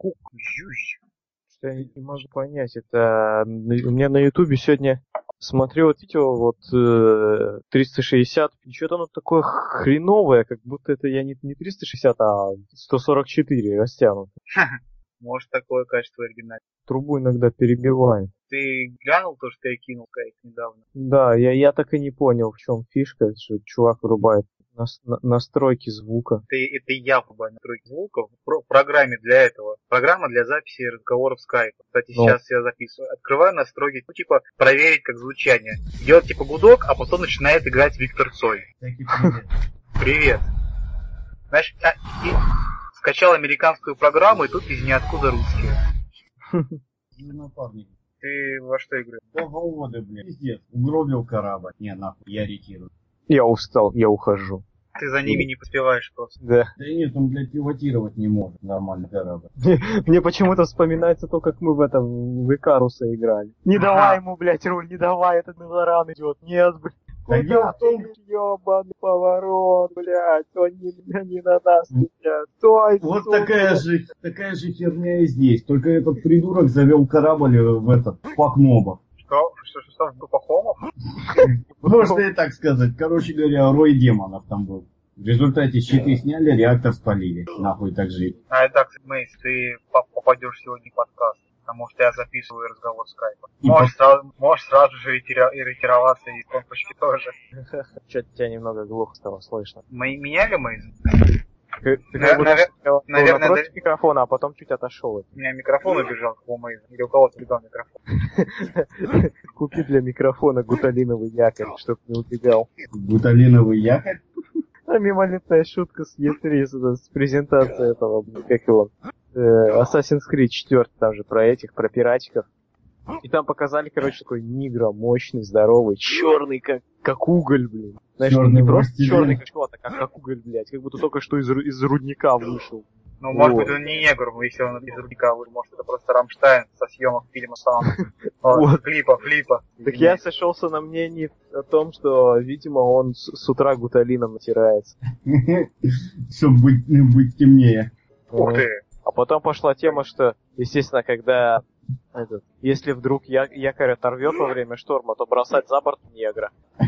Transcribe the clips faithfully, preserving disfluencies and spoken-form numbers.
Кук. Что я не могу понять. Это у меня на Ютубе сегодня смотрю вот видео вот э, триста шестьдесят, и что-то оно такое хреновое, как будто это я не, не триста шестьдесят, а сто сорок четыре растянут. Может, такое качество оригинальное. Трубу иногда перебивает. Ты глянул то, что я кинул кайк недавно? Да, я, я так и не понял, в чем фишка, что чувак вырубает нас, на, настройки звука. Это, это я врубаю настройки звука в про- программе для этого. Программа для записи разговоров скайпа. Кстати, ну. Сейчас я записываю. Открываю настройки, ну, типа, проверить как звучание. Делать, типа, гудок, а потом начинает играть Виктор Цой. Привет. Привет. Знаешь, а, и скачал американскую программу, и тут из ниоткуда русские. Напарник. Ты во что играешь? Полгода, блин. Пиздец. Угробил корабль. Не, нахуй, я ретирую. Я устал, я ухожу. Ты за ними не поспеваешь просто. Да. Да нет, он, блядь, пилотировать не может нормально корабль. Мне почему-то вспоминается то, как мы в этом, в Икаруса играли. Не ага. давай ему, блядь, руль, не давай, этот Милоран идет. Нет, блядь. Да дело в том, ёбаный поворот, блядь, они не на нас летят. Стой, вот такая же, такая же херня и здесь. Только этот придурок завел корабль в этот, в пакмобах. Что? Что, что, что, что, пахомов? Можно и так сказать. Короче говоря, рой демонов там был. В результате щиты сняли, реактор спалили. Нахуй так жить. А это, Мейс, ты попадешь сегодня в подкаст. Потому что я записываю разговор скайпа. Можешь, по... сразу, можешь сразу же ретироваться и компочки тоже. Что-то тебя немного глухо стало слышно. Мы меняли Мейс? Ты, ты как будто Навер... наверное, напротив да... микрофона, а потом чуть отошел. У меня микрофон убежал, как у Мейза. Или у кого-то убегал микрофон. Купи для микрофона гуталиновый якорь, чтоб не убегал. Гуталиновый якорь? А мимолетная шутка с и три, с презентацией этого, как его, Assassin's Creed четыре, там же про этих, про пиратиков. И там показали, короче, такой нигра, мощный, здоровый, черный, как, как уголь, блин. Знаешь, черный не просто черный, как чего-то, как, как уголь, блядь, как будто только что из, из рудника вышел. Ну, вот. Может быть, он не негр, если он из рудника вышел, может, это просто Рамштайн со съемок фильма Саунд. Клипа, флипа. Так я сошелся на мнении о том, что, видимо, он с утра гуталином натирается. Чтобы быть темнее. Ух ты. А потом пошла тема, что, естественно, когда этот, если вдруг я, якорь оторвет во время шторма, то бросать за борт негра.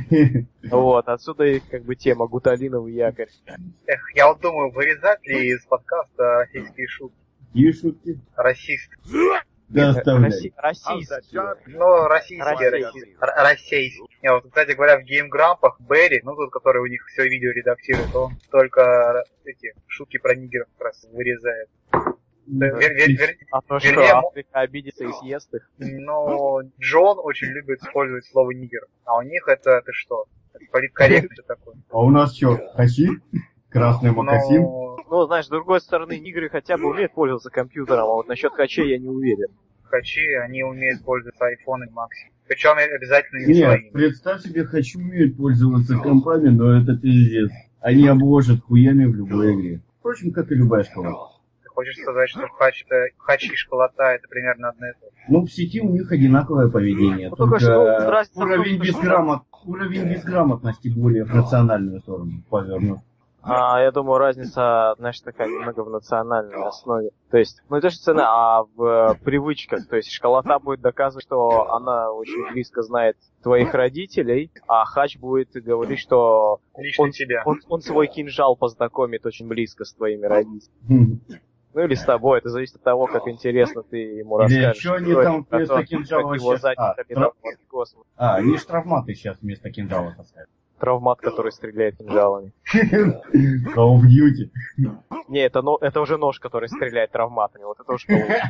Вот, отсюда и как бы тема гуталиновый якорь. Эх, я вот думаю, вырезать ли из подкаста российские шутки? Какие шутки? Расист. Да, оставляй. Российские. Ну, российские, российские. Российские. Я вот, кстати говоря, в геймгрампах Берри, ну, тот, который у них все видео редактирует, он только эти шутки про нигеров как раз вырезает. Вер, вер, вер, а то вернее, что, Африка обидится и съест их? Но Джон очень любит использовать слово нигер. А у них это, это что? Это политкорректно такое. А у нас что, хачи? Красный мокасин? Но... Ну, знаешь, с другой стороны, нигеры хотя бы умеют пользоваться компьютером, а вот насчет хачей я не уверен. Хачи, они умеют пользоваться айфоном максимум. Причем обязательно не Нет, своими. Представь себе, хачи умеют пользоваться компами, но это пиздец. Они обложат хуями в любой игре. Впрочем, как и любая школа. Хочешь сказать, что хач, хач и школота это примерно одно и то же? Ну, в сети у них одинаковое поведение. Ну, только что, ну, уровень, безграмот, уровень безграмотности более в национальную сторону повернут. А, я думаю, разница, знаешь, такая немного в национальной основе. То есть, ну, это же цена, а в э, привычках. То есть, школота будет доказывать, что она очень близко знает твоих родителей, а хач будет говорить, что он, тебя. Он, он свой кинжал познакомит очень близко с твоими родителями. Ну или с тобой, это зависит от того, как интересно ты ему расскажешь. Что они там вместо кинжала сейчас... А, трав... а, они ж травматы сейчас вместо кинжала таскают. Травмат, который стреляет кинжалами. Call of Duty. Не, это, но, это уже нож, который стреляет травматами. Вот это уж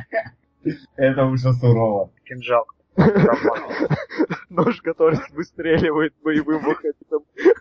это уже сурово. Кинжал. Нож, который выстреливает боевым выходом.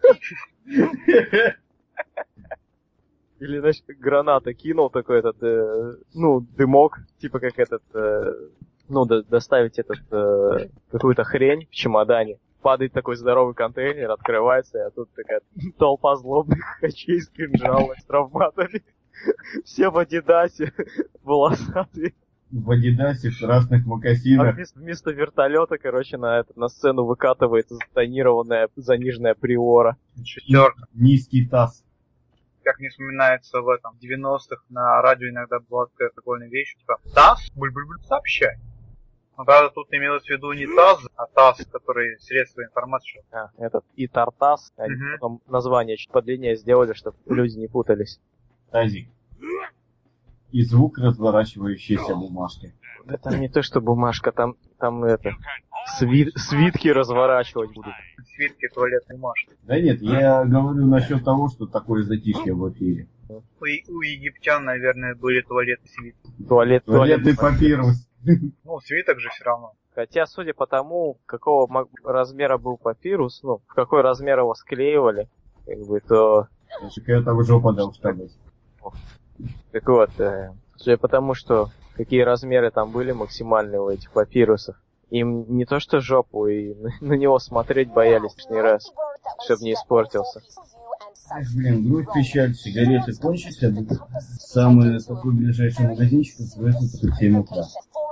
Или, значит, граната кинул такой этот, э, ну, дымок, типа как этот, э, ну, до, доставить этот, э, какую-то хрень в чемодане. Падает такой здоровый контейнер, открывается, а тут такая толпа злобных хачей с кинжалами, с травматами. Все в адидасе, волосатые. В адидасе, в красных мокасинах. А вместо, вместо вертолета, короче, на, это, на сцену выкатывается затонированная, заниженная приора. Четверка. Низкий таз. как мне вспоминается в этом, в девяностых на радио иногда была такая прикольная вещь, типа ТАСС, буль-буль-буль, сообщай. Но правда тут имелось в виду не ТАСС, а ТАСС, который средства информации. А, этот и Тартас, они Мгм. потом название чуть подлиннее сделали, чтобы люди не путались. Тазик. И звук разворачивающейся бумажки. Да там не то, что бумажка, там, там это, сви- свитки разворачивать будут. Свитки туалетной бумажки. Да нет, я говорю насчет того, что такое затишье в эфире. У, у египтян, наверное, были туалеты свитки. Туалет, туалет. Туалетный папирус. Ну, свиток же все равно. Хотя, судя по тому, какого мо- размера был папирус, ну, в какой размер его склеивали, как бы, то... Какая-то жопа должна быть. Так вот, э, судя по тому, что какие размеры там были максимальные у этих папирусов, им не то что жопу, и на, на него смотреть боялись лишний раз, чтобы не испортился. Эх, блин, грусть, печаль, сигареты кончатся, самый такой ближайший магазинчик открывается в семь утра.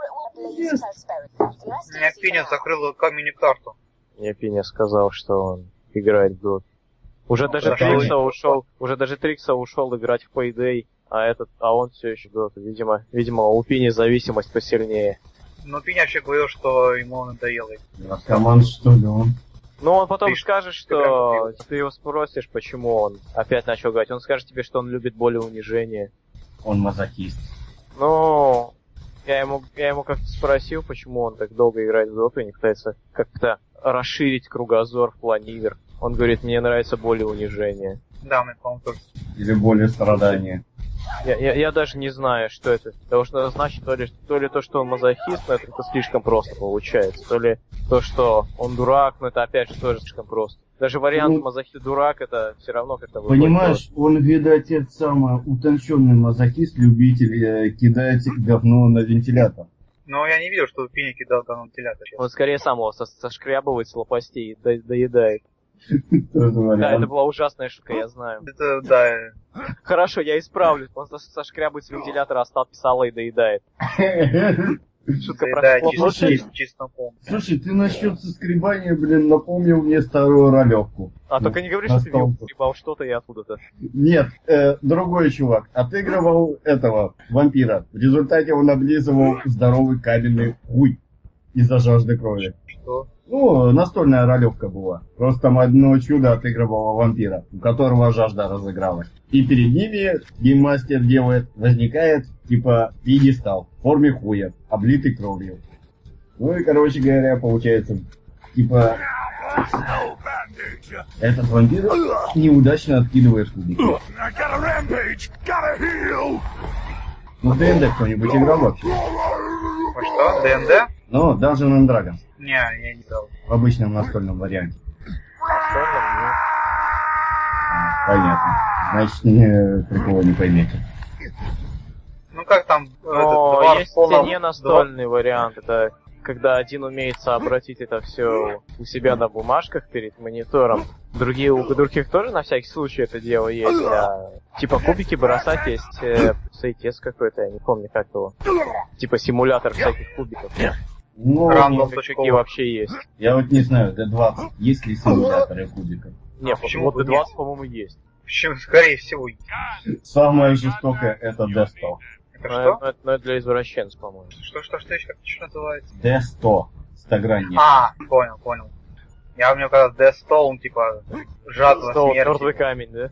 У меня Пиня закрыла камень-карту. Мне Пиня сказал, что он играет в Dota. Уже даже Хорошо. Трикса ушел, уже даже Трикса ушел играть в Payday, а этот, а он все еще в Dota. Видимо, видимо, у Пини зависимость посильнее. Но Пиня вообще говорил, что ему надоело. Наркоман, что ли, он? Ну, он потом Ты- скажет, ты что прям ты его спросишь, почему он опять начал играть. Он скажет тебе, что он любит боль и унижение. Он мазохист. Ну, я ему, я ему как-то спросил, почему он так долго играет в доту и не пытается как-то расширить кругозор в плане игр. Он говорит, мне нравится боль и унижение. Да, мне, по-моему, тоже. Или более страдания. Я, я, я даже не знаю, что это. Потому что значит то ли, то ли то, что он мазохист, но это, это слишком просто получается. То ли то, что он дурак, но это опять же тоже слишком просто. Даже вариант Ну, мазохист-дурак, это все равно как-то выходит. Понимаешь, он, видать, это самый утонченный мазохист, любитель э, кидать говно на вентилятор. Но я не видел, что Пиня кидал говно вентилятор. Он скорее сам его со- сошкрябывает с лопастей и до- доедает. Тоже Да, вариант. это была ужасная шутка, я знаю. Это, да, Хорошо, я исправлюсь. Он со- сошкрябывает с вентилятора остатки сала и доедает. Шутка про да, плохо. чисто, чисто, чисто помню. Слушай, ты насчет соскребания, блин, напомнил мне старую ролевку. А только не говори, На что ты видел, стол. съебал что-то и откуда-то. Нет, э, другой чувак отыгрывал этого вампира. В результате он облизывал здоровый каменный хуй из-за жажды крови. Что? Ну, настольная ролевка была. Просто там одно чудо отыгрывало вампира, у которого жажда разыгралась. И перед ними гейммастер делает, возникает, типа, пьедестал в форме хуя, облитый кровью. Ну и, короче говоря, получается, типа, этот вампир неудачно откидывает кубики. Ну, ДНД кто-нибудь играл вообще? Во что? ДНД? Ну, Dungeons and Dragons. Не, я не дал. В обычном настольном варианте. Настольным, Понятно. Значит, не, прикола не поймете. Ну как там, ну. этот, Но два есть в полном- не настольный вариант. Это когда один умеет сообразить это все у себя на бумажках перед монитором. Другие, у других тоже на всякий случай это дело есть. А, типа кубики бросать есть э, тест какой-то, я не помню как его. Типа симулятор всяких кубиков. Ну, Рандом. Какие вообще есть. я вот не знаю, Д двадцать, есть ли симуляторы кубиков? Не, А почему вот бы Д двадцать, по-моему, есть. Почему, скорее всего. Самое жестокое это Д сто. Это Но, что? но это, но это для извращенцев, по-моему. Что, что, что еще, как это еще называется? Д сто. Стогранник. А, понял, понял. Я у меня когда Death Stone, типа, жатва Стол, смерти. мертвый камень, да?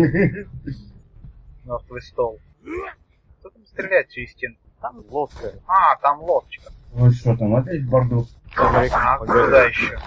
Мертвый стол. Кто там стреляет через стенку? Там лодка. А, там лодочка. Ну что там, опять бардук? А, куда еще?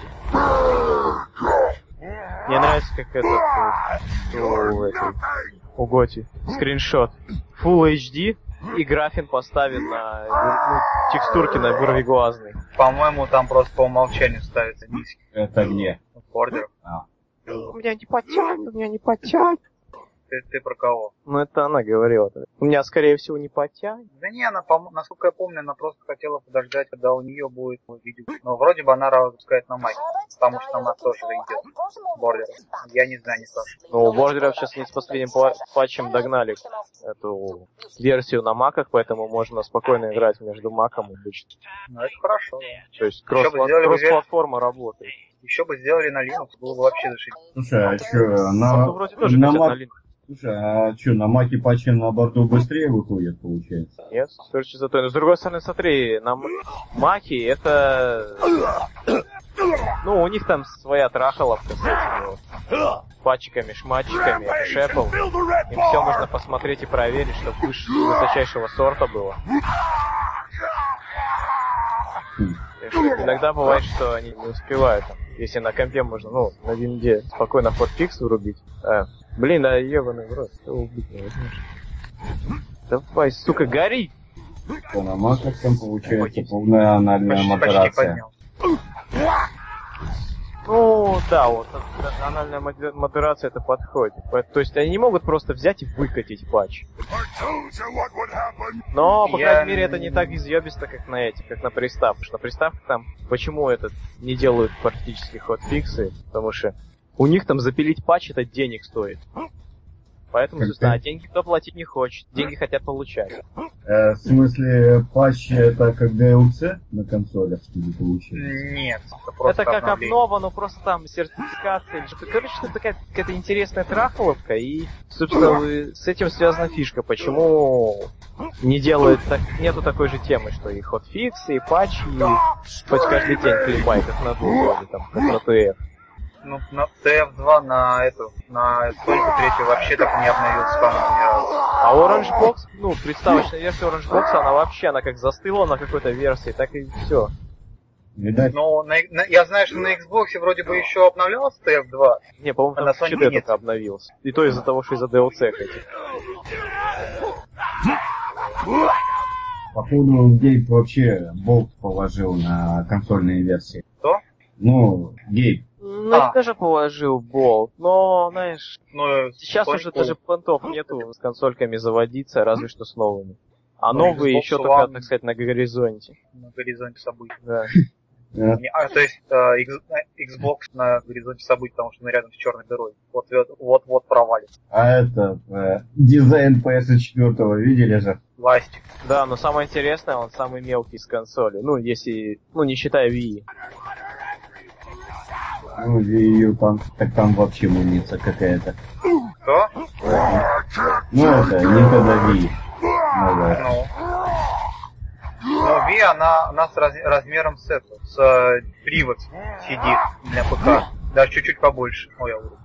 Мне нравится, как это у, у, этой, у Готи. Скриншот. Full эйч ди и графин поставен на ну, текстурки на вырвиглазный. По-моему, там просто по умолчанию ставится низкий. Это где? Бордер. А. У меня не потянет, у меня не потянет. Ты, ты про кого? Ну это она говорила. У меня, скорее всего, не потянет. Да не, она, по насколько я помню, она просто хотела подождать, когда у нее будет видео. Но вроде бы она выпускает на майк, потому что она тоже идет. Бордер. Я не знаю, не тоже. Но у Бордеров сейчас не с последним пла- патчем догнали эту версию на маках, поэтому можно спокойно играть между маком и обычным. Ну это хорошо, да. То есть Еще бы сделали бы кросс-платформа работает. Еще бы сделали на Linux, было бы вообще зашибись. Слушай, а что, Ну, на, вроде тоже на, хотят Mac, на Linux. Слушай, а что, на маке патчи на борту быстрее выходит, получается? Нет, Search за то. Но с другой стороны, смотри, на маке это... Ну, у них там своя трахаловка с этими вот патчиками, шматчиками, шепл. Им все можно посмотреть и проверить, чтобы выше высочайшего сорта было. Иногда бывает, что они не успевают. Там, если на компе можно, ну, на винде спокойно хотфикс вырубить. А, блин, да ебаный в рот, ты убить не возьмешь. Давай, сука, гори! Что, на маках там получается полная анальная Почти, модерация. почти поднял. Ну, да, вот анальная модерация это подходит. То есть они не могут просто взять и выкатить патч. Но, по Я... крайней мере, это не так изъебисто, как на этих, как на приставках. Потому что на приставках там, почему этот не делают практически хотфиксы? Потому что у них там запилить патч это денег стоит. Поэтому, собственно, а деньги кто платить не хочет, деньги хотят получать. Э, в смысле, патчи это как ди эл си на консолях, чтобы получилось? Нет, это просто Это как обновление. обнова, но просто там сертификация. Короче, это такая какая-то интересная трахаловка, и, собственно, с этим связана фишка. Почему не делают, так, нету такой же темы, что и хотфиксы, и патчи, и хоть каждый день клепай, как на двух, там, как на ти эф. Ну, на ти эф два на эту, на стойку третью вообще так не обновился, по-моему, ни разу. А Orange Box, ну, приставочная версия Orange Box, она вообще, она как застыла на какой-то версии, так и все. Видать? Но на, на, я знаю, что на Xbox вроде бы еще обновлялся ти эф два. Не, по-моему, А там на в Sony четыре нет. только обновился. И то из-за того, что из-за ди эл си этих. Походу, Гейб вообще болт положил на консольные версии. Кто? Ну, Гейб. Ну, А. я тоже положил болт, но, знаешь, Ну, сейчас Sony уже Bolt. даже понтов нету с консольками заводиться, разве что с новыми. А Ну, новые Xbox еще One. только, так сказать, на горизонте. на горизонте событий. Да. Э, Не, а, то есть э, X- Xbox на горизонте событий, потому что он рядом с черной дырой. Вот вот вот провалится. А это, э, дизайн пи эс четыре видели же? Ластик. Да, но самое интересное, он самый мелкий из консоли. Ну, если, ну, не считая Wii. Ну, Wii U там, так там вообще муница какая-то. Кто? Ну, это, Nintendo Wii. Новая. Ну. Ну, Ви, она, она с раз- размером с эту, с э, привод сидит для ПК. Даже чуть-чуть побольше. Ой, я вру.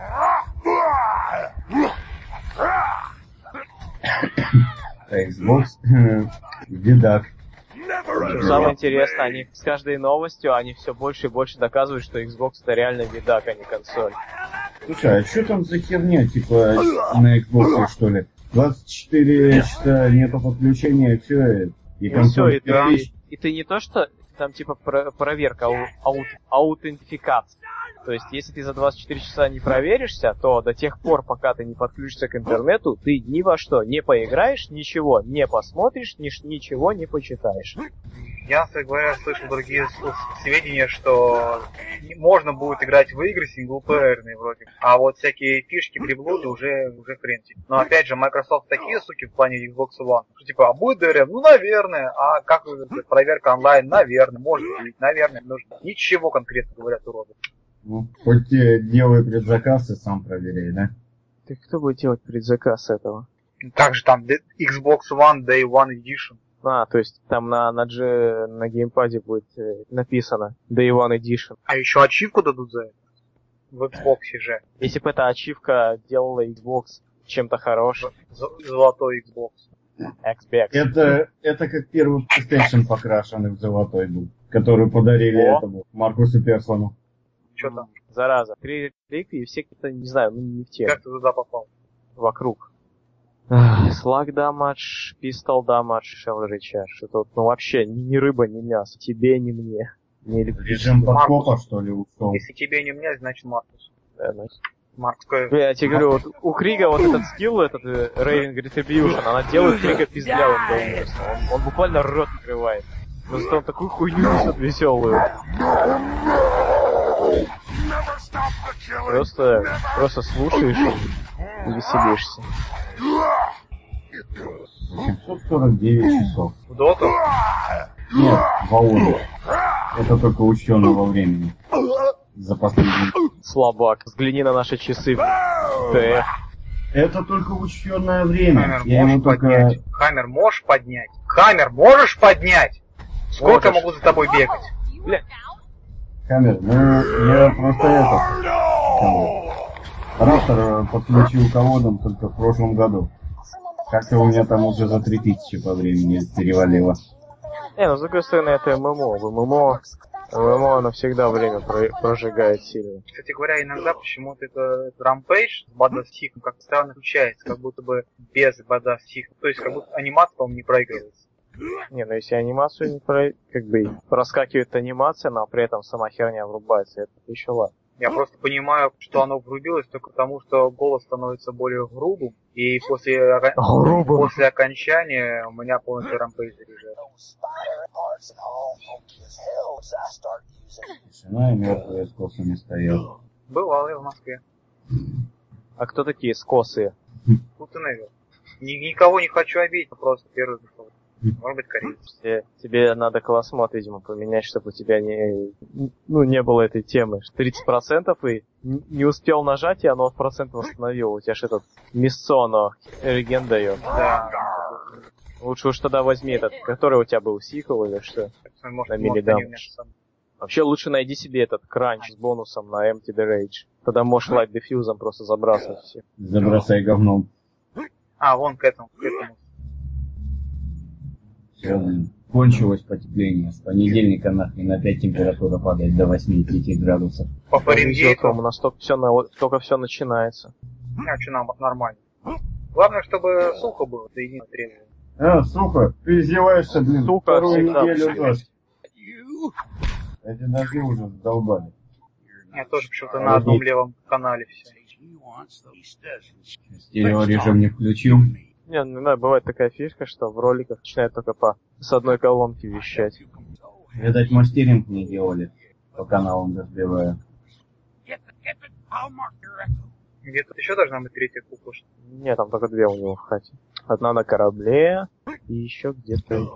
А Xbox, э, видак. Самое интересное, они с каждой новостью, они все больше и больше доказывают, что Xbox это реально видак, а не консоль. Слушай, а что там за херня, типа, на Xbox, что ли? двадцать четыре часа нету подключения, все, и И все, консоль и ты, кирпич. и ты не то, что там типа про- проверка, ау- аут, аутентификация. То есть, если ты за двадцать четыре часа не проверишься, то до тех пор, пока ты не подключишься к интернету, ты ни во что не поиграешь, ничего не посмотришь, ни, ничего не почитаешь. Я, кстати говоря, слышал другие с- сведения, что не- можно будет играть в игры синглплеерные вроде. А вот всякие фишки, приблуды уже, уже хрен тебе. Но опять же, Microsoft такие суки в плане Xbox One. Что типа, а будет ди эр эм? Ну, наверное. А как вы, проверка онлайн? Наверное. Может быть, наверное. Нужно. Ничего конкретно говорят уроды. Ну, хоть э, делай предзаказ и сам проверяй, да? Ты кто будет делать предзаказ этого? Также там д- Xbox One Day One Edition. А, то есть там на, на, G, на геймпаде будет э, написано Day One Edition. А еще ачивку дадут за это. В Xbox же. Если бы эта ачивка делала Xbox чем-то хорошим, З- Золотой Xbox. Xbox. Это, это как первый PlayStation покрашенный в золотой был, который подарили О. М-м. этому Маркусу Персону. Что там? Зараза. Три реликвии, все какие-то, не знаю, ну не в теме. Как ты туда попал? Вокруг. Slug damage, pistol damage, shell recharge. Это вот, ну вообще ни, ни рыба, ни мясо. Тебе, ни мне. Не Режим подкопа, что ли, ушел? Если тебе не мне, значит Маркус. Да, ну. Маркус какой- Бля, я тебе говорю, вот у Крига вот этот скилл, этот э, Raving Retribution, она делает Крига пиздлявым до ужаса. Он, он буквально рот открывает. Но зато он такую хуйню несет веселую. Просто, просто слушаешь и веселишься. семьсот сорок девять часов. В доту? Нет, в АОН. Это только ученого времени. За последний. Слабак. Взгляни на наши часы в ТФ. Это только учтенное время. Хаммер Я можешь ему только... поднять. Хаммер можешь поднять? Хаммер можешь поднять? Сколько Можешь. я могу за тобой бегать? Бля, Хаммер, ну, я просто это... Хаммер. Раптор подключил ководом только в прошлом году. Как-то у меня там уже за три тысячи по времени перевалило. не, ну с другой стороны, это ММО. В ММО, ММО оно всегда время про- прожигает сильно. Кстати говоря, иногда почему-то это, это Rampage с бадастихом как-то странно включается, как будто бы без бадастиха. То есть как будто анимация, по-моему, не проигрывается. Не, ну если анимацию не про... как бы проскакивает анимация, но при этом сама херня врубается, это еще ладно. Я просто понимаю, что оно врубилось только потому, что голос становится более грубым, и после, ока- Грубым. после окончания у меня полностью Rampage заряжает. Тишина и мертвые с косами стоят. Бывало я в Москве. А кто такие скосы? Тут и навел. Ни- никого не хочу обидеть, просто первый пришел. Может быть, корейец. Тебе, тебе надо классмод, видимо, поменять, чтобы у тебя не, ну, не было этой темы. тридцать процентов и н- не успел нажать, и оно процент восстановило. У тебя же этот мясцо, оно реген дает. Да. Лучше уж тогда возьми этот, который у тебя был, сиквел или что. Может, На может, милидам. они у меня сам- Вообще лучше найди себе этот кранч с бонусом на Empty the Rage. Тогда можешь лайт дефьюзом просто забрасывать всех. Забросай говном. А, вон к этому, к этому. Все, блин. Кончилось потепление. С понедельника нахрен опять температура падает до восьми-пяти градусов. По Повезет Фаренгейту. вам, у нас только все, на, только все начинается. А, что нам нормально. Главное, чтобы сухо было, это единственное требование. А, сука, ты издеваешься, блин, Сука, вторую всегда неделю всегда. дождь. Эти дожди уже задолбали. Я тоже почему-то на одном левом канале все. Стереорежим не включил. Не, ну, да, бывает такая фишка, что в роликах начинает только по с одной колонки вещать. Видать, мастеринг не делали по каналам разбивая. Где-то еще должна быть третья кукла. что ли? Нет, там только две у него в хате. Одна на корабле и еще где-то.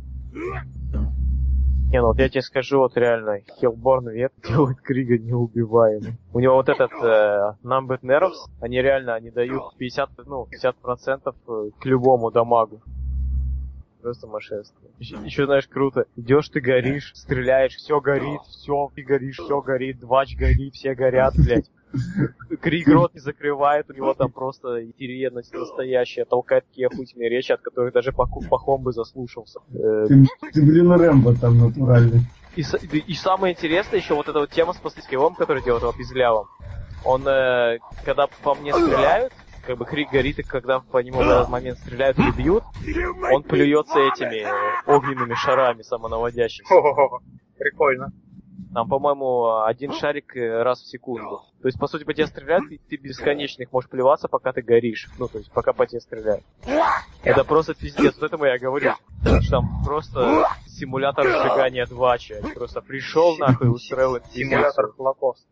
Не, ну вот я тебе скажу, вот реально, Hellborn вет делает Крига неубиваемым. У него вот этот э, Numbed Nerves, они реально, они дают пятьдесят, ну, пятьдесят процентов к любому дамагу. Просто сумасшествие. Еще, еще, знаешь, круто. Идешь, ты горишь, стреляешь, все горит, все, ты горишь, все горит, двач горит, все горят, блядь. Криг рот не закрывает, у него там просто итериедность настоящая, толкает такие охуительные речи, от которых даже пахом бы заслушался. Э, Ты, ты блин, Рэмбо там натуральный. И, с- и- и самое интересное еще вот эта вот тема с последским, который делает его пизглявым. Он, э, когда по мне стреляют, как бы крик горит, и когда по нему в этот момент стреляют или бьют, он плюется этими э, огненными шарами самонаводящимися. Хо-хо-хо. Прикольно. Там, по-моему, один шарик э, раз в секунду. То есть, по сути, по тебе стреляют, и ты бесконечно их можешь плеваться, пока ты горишь. Ну, то есть, пока по тебе стреляют. Это просто пиздец. Вот этому я говорю. Что там просто симулятор сжигания двача. Просто пришел нахуй и устроил этот Симулятор Холокоста.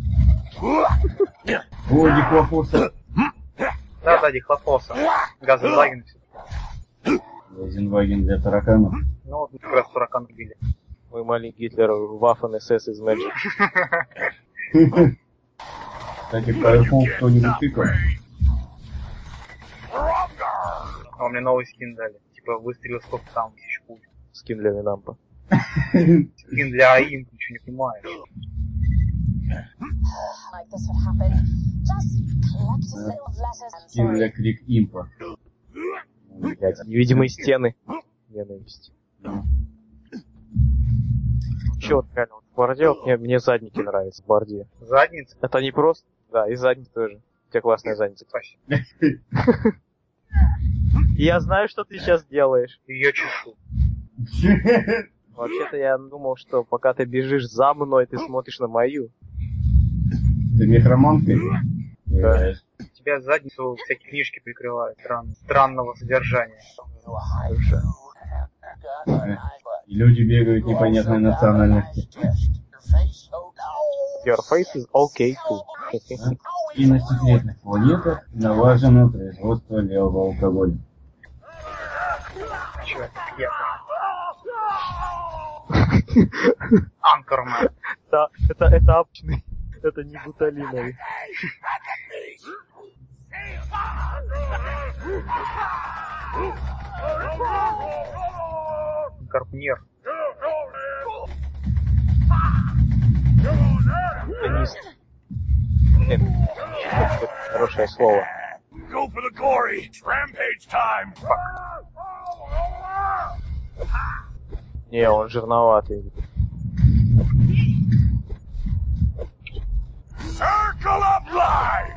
О, диклофоса. Да-да, дихлофоса. Газенваген все. Зенваген для тараканов. Ну вот мы как раз таракан убили. Мой маленький Гитлер, Waffen эс эс из Magic. Кстати, Firefall кто-нибудь тыкал? А мне новый скин дали. Типа выстрелил сколько там, тысяч пуль. Скин для Винампа. Скин для АИМ, ты ничего не понимаешь. Like this would happen. Just collect his little letters and Скин sorry. для Крик Импа. Блять, невидимые стены. Ненависть. Че вот реально, вот в Борде, вот мне, мне задники нравятся в Борде. Задница. Это не просто... Да, и задник тоже. У тебя классная задница. Спасибо. И я знаю, что ты сейчас делаешь. Ее чешу. Вообще-то я думал, что пока ты бежишь за мной, ты смотришь на мою. Ты мехроманкой? Да. Тебя задницу всякие книжки прикрывают. Стран... Странного содержания. И люди бегают непонятной национальности. Your face is okay too. И на секретных планетах налажено производство левого алкоголя. Чё это? Я. Анкормен. Да, это, это апчный. Это не буталиновый. Гарпунер. Тенист. Нет, это хорошее слово. Go for the gory. Rampage time. Не, он жирноватый. Circle of life.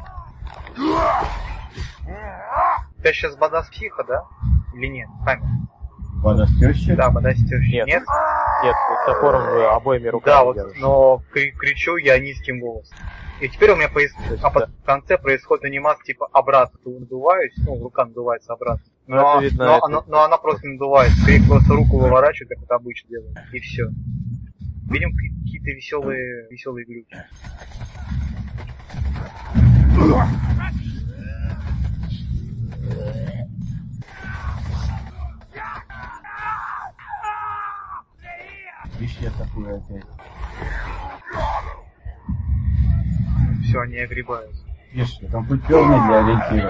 Ты сейчас бадас психа, да? Или нет? Камера. Водостёщик? Да, бадас теща. Нет. Нет? Нет, топором в обоими руками. Да, вот, держишь. но кри- кричу я низким голосом. И теперь у меня поис... есть, а да. в конце происходит анимация типа обратно. Надуваюсь, ну, рука надувается обратно. Ну, Но, это видно, но, это- но- но она просто не надувается. Скорее просто руку выворачивает, как это обычно делает. И все. Видим какие-то веселые, веселые глюки. Ищет такую опять. Все, они огребаются. Видишь, там путь черный для ориентира.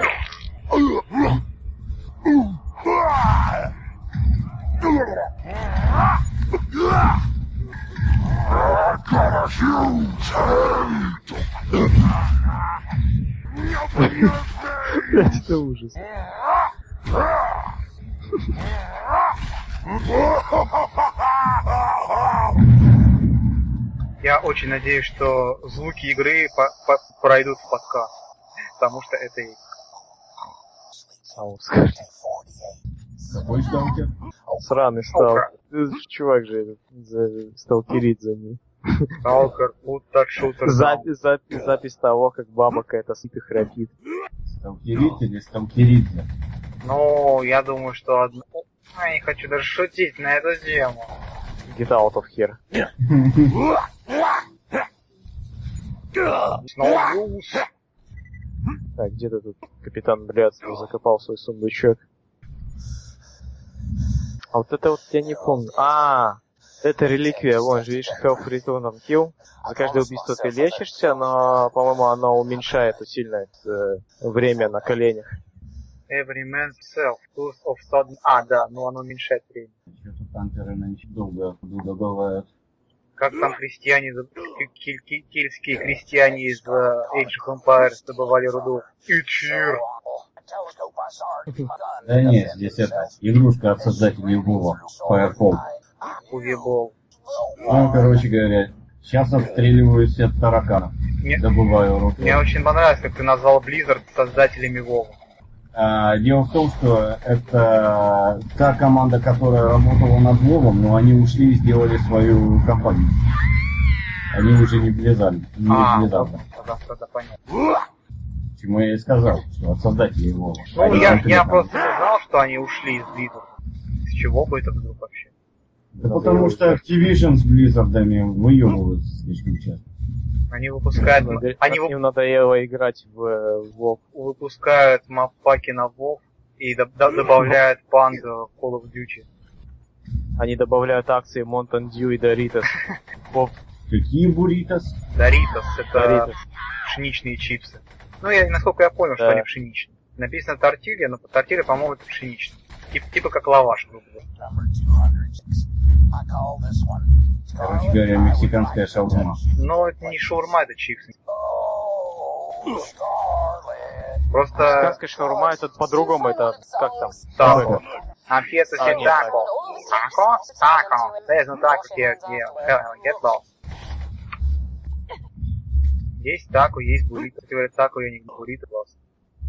Блять, это ужас. Я очень надеюсь, что звуки игры по- по- пройдут в подкаст. Потому что это и... Саускар. Какой сталкер? Сраный стал. Сталкер. Чувак же этот, за- сталкерит за ним. Сталкер, путер, шутер. Запись, запись, запись того, как баба какая-то спит и храпит. Сталкерит или сталкеридзе? Ну, я думаю, что одно... Я не хочу даже шутить на эту тему. Get out of here. Снова гус. Так, где-то тут капитан Блядство закопал свой сундучок. А вот это вот я не помню. А, это реликвия, вон же, видишь, Health Return on Kill. За каждое убийство ты лечишься, но, по-моему, оно уменьшает сильно это, время на коленях. Every man's self, tooth of sudden... А, да, ну оно уменьшает время. Что-то танкеры нынче долго, долго бывают. Как там крестьяне, киль- киль- кильские крестьяне из uh, Age of Empires добывали руду? Ичир! Да нет, здесь это, игрушка от создателей Вова, Firefall. Уебол. Ну, короче говоря, сейчас отстреливаюсь от тараканов, Мне, добываю руку. мне очень понравилось, как ты назвал Blizzard создателями Вова. А, дело в том, что это та команда, которая работала над Вовом, но они ушли и сделали свою компанию. Они уже не влезали. Не А, влезали. тогда, тогда понятно. Чему я и сказал, что от создателей Вова. Ну, Они я, конкретно. я просто не знал, что они ушли из Blizzard. С чего бы это вдруг вообще? Да потому что Activision с Blizzard'ами выебываются слишком часто. Они выпускают... Надо- Они Им вы- надоело играть в э, WoW. выпускают маппаки на WoW и до- до- добавляют панд в Call of Duty. Они добавляют акции Mountain Dew и Doritos. WoW Какие буритос? Doritos — это Doritos. пшеничные чипсы. Ну, я, насколько я понял, что Да. они пшеничные. Написано тортилья, но тортилья, по-моему, это пшеничный. Тип, типа как лаваш, грубо говоря. Короче говоря, мексиканская шаурма. Но это не шаурма, это чипсы. Просто... Мексиканская шаурма, это по-другому, это как там? Тако. Анфета А, се нет, тако. Тако? Тако. There's no taco here. Yeah. Get lost. Есть тако, есть буррито. Если говорят тако, я не говорю буррито, класс.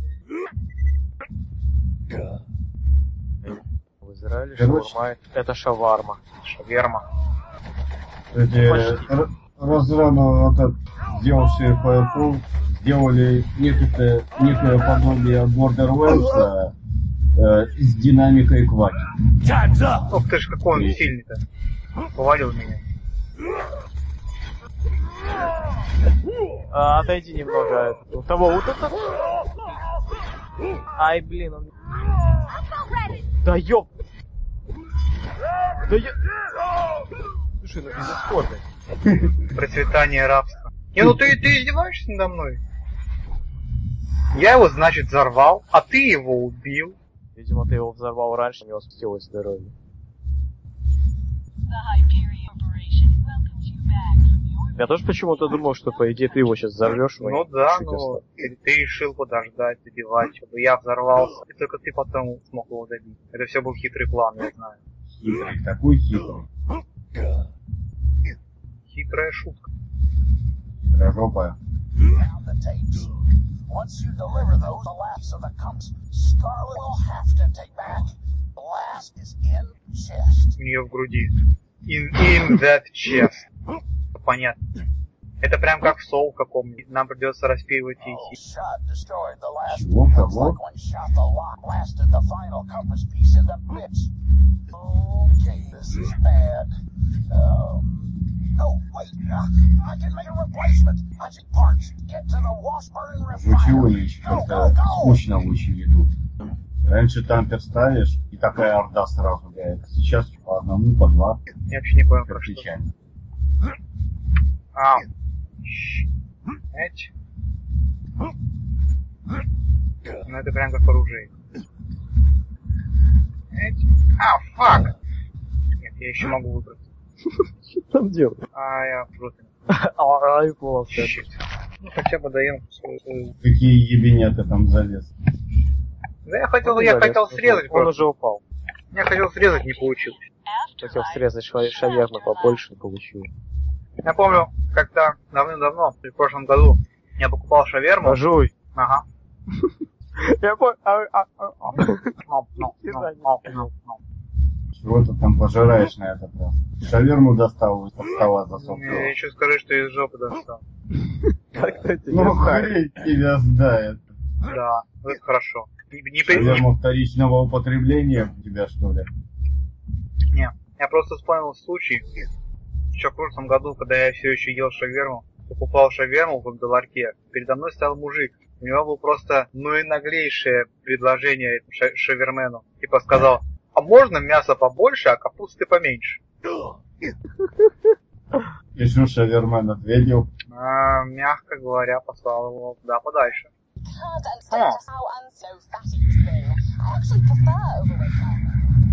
В Израиле Короче. шаурма — это шаварма. Шаверма. Эти Почти. р- разрабы, вот это, сделавшие Firefall, сделали некое, некое подобие Borderlands э, с динамикой Кваки. Time's up. Ох ты ж, какой он И- сильный-то. Повалил меня. А, отойди немного от у того, вот это. Ай, блин, он... Да ёп! Да я... Слушай, ну безысходный. Процветание рабства. Не, ну ты, ты издеваешься надо мной? Я его, значит, взорвал, а ты его убил. Видимо, ты его взорвал раньше, у него спустилось здоровье. Я тоже почему-то думал, что, по идее, ты его сейчас взорвешь. Ну да, но ты, ты решил подождать, добивать, чтобы я взорвался. И только ты потом смог его добить. Это все был хитрый план, я знаю. Хитрый, такой хитрый. Хитрая шутка. Хитрожопая. Once you deliver those, the last of the cups, Scarlet will have to take back. The last is in chest. У нее в груди. In, in that chest. Понятно. Это прям как в Соул каком-нибудь. Нам придется распиливать их. Чего? Кого? Звучи нынче как-то скучно очень идут. Раньше тампер ставишь, и такая орда сразу гает. Сейчас по одному, по два. Я вообще не понял, про что. А. Эть. Ну это прям как оружие. Эть. А, фак! Нет, я еще могу выбрать. Что там делать? А, я просто... А, я понял. Ну хотя бы даем... Какие ебенята там залез? Да я хотел, я хотел срезать. Он уже упал. Я хотел срезать, не получилось. Хотел срезать шаверму побольше, не получил. Я помню, когда давным-давно, в прошлом году, я покупал шаверму. Жуй. Ага. Я понял. Чего ты там пожираешь на этот раз? Шаверму достал из стола засохнул. Я еще скажу, что из жопы достал. Как-то тебя Ну знает. хрень тебя знает. Да, это хорошо. Не, не, Шаверма вторичного употребления у тебя, что ли? Не, я просто вспомнил случай. Еще в прошлом году, когда я все еще ел шаверму, покупал шаверму в ларьке, передо мной стоял мужик. У него было просто, ну и наглейшее предложение ша- шавермену. Типа сказал, а можно мясо побольше, а капусты поменьше? И что шавермен ответил? А, мягко говоря, послал его куда подальше. Can't understand just how unso fatty he's been. I actually prefer overweight men.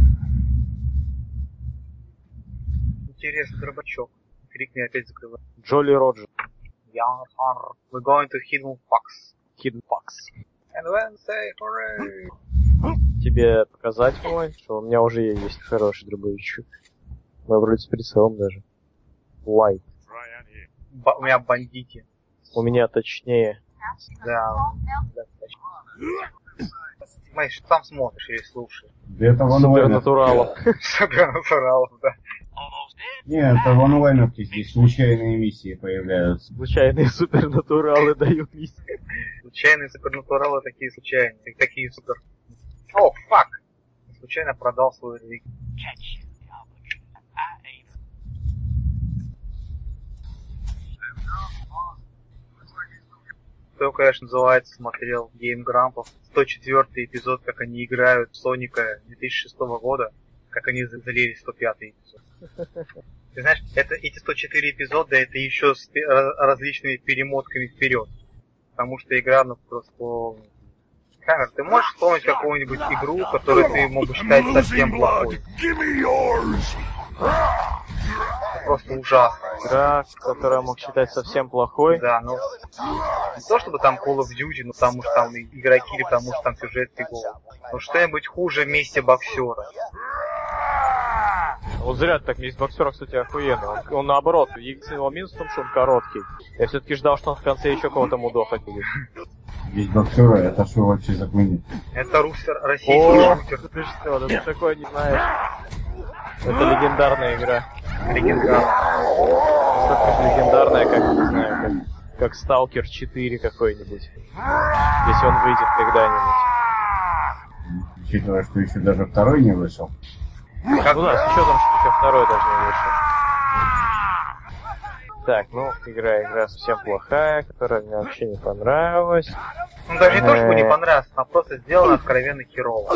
Интересный дробачок. Крик меня опять закрывает. Джоли Роджер. Яхар. We're going to Hidden Fox. Hidden Fox. And then say hooray. Тебе показать мой, что у меня уже есть хороший дробовичок. Мы вроде с прицелом даже. Лайт. Ба- у меня бандити. У меня точнее. Да. да точнее. Знаешь, сам смотришь или слушаешь. Это вануайновки. Супернатуралов. Супернатуралов, да. Нет, это вануайновки здесь случайные миссии появляются. Случайные супернатуралы дают миссии. Случайные супернатуралы такие случайные. Такие супер... О, фак! Случайно продал свою религию. Кто, конечно, называется, смотрел Game Grumpов. сто четвёртый эпизод, как они играют в Соника две тысячи шестого года, как они залили сто пятый эпизод. Ты знаешь, это, эти сто четыре эпизода, это еще с пе- различными перемотками вперед. Потому что игра, ну, просто... Камер, ты можешь вспомнить какую-нибудь игру, которую ты мог бы считать совсем плохой? Просто ужасно. Игра, которую я мог считать совсем плохой. Да, ну... Не то чтобы там Call of Duty, ну потому что там игроки, или потому что там сюжет фиговый. Но что-нибудь хуже «Мести боксера». Вот зря ты так, «Месть боксера», кстати, охуенно. Он, он наоборот, единственный минус в том, что он короткий. Я все-таки ждал, что он в конце еще кого-то мудохать будет. Ведь боксера, это что вообще за хуйня? Это русер, российский О, шутер. ты что, да ты такое не знаешь. Это легендарная игра. Легендарный. Столько же легендарная, как, не знаю, как, как Сталкер четыре какой-нибудь. Если он выйдет когда-нибудь. Учитывая, что еще даже второй не вышел. Как Ну да, с учетом, что еще второй даже не вышел. Так, ну, игра, игра совсем плохая, которая мне вообще не понравилась. Ну даже не то, чтобы не понравилось, а просто сделано откровенно херово.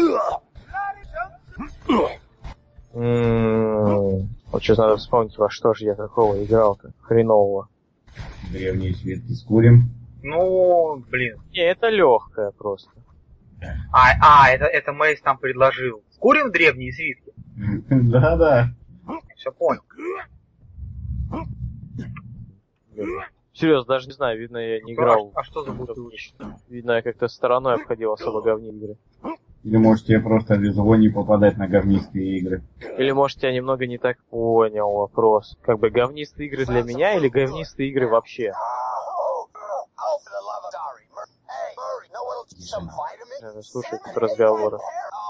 М-м-м. Вот сейчас надо вспомнить, во что же я такого играл-то, хренового. Древние светки скурим. Ну, блин. Не, это легкое просто. А, а это, это Мейс там предложил. Курим древние свитки? Да-да. Все понял. Серьезно, даже не знаю, видно, я не А, играл. а что за бутылочка? Видно, я как-то стороной обходил особо говни игры. Или может тебе просто везло не попадать на говнистые игры. Или может я немного не так понял вопрос. Как бы говнистые игры для меня или говнистые игры вообще? Надо слушать тут разговоры.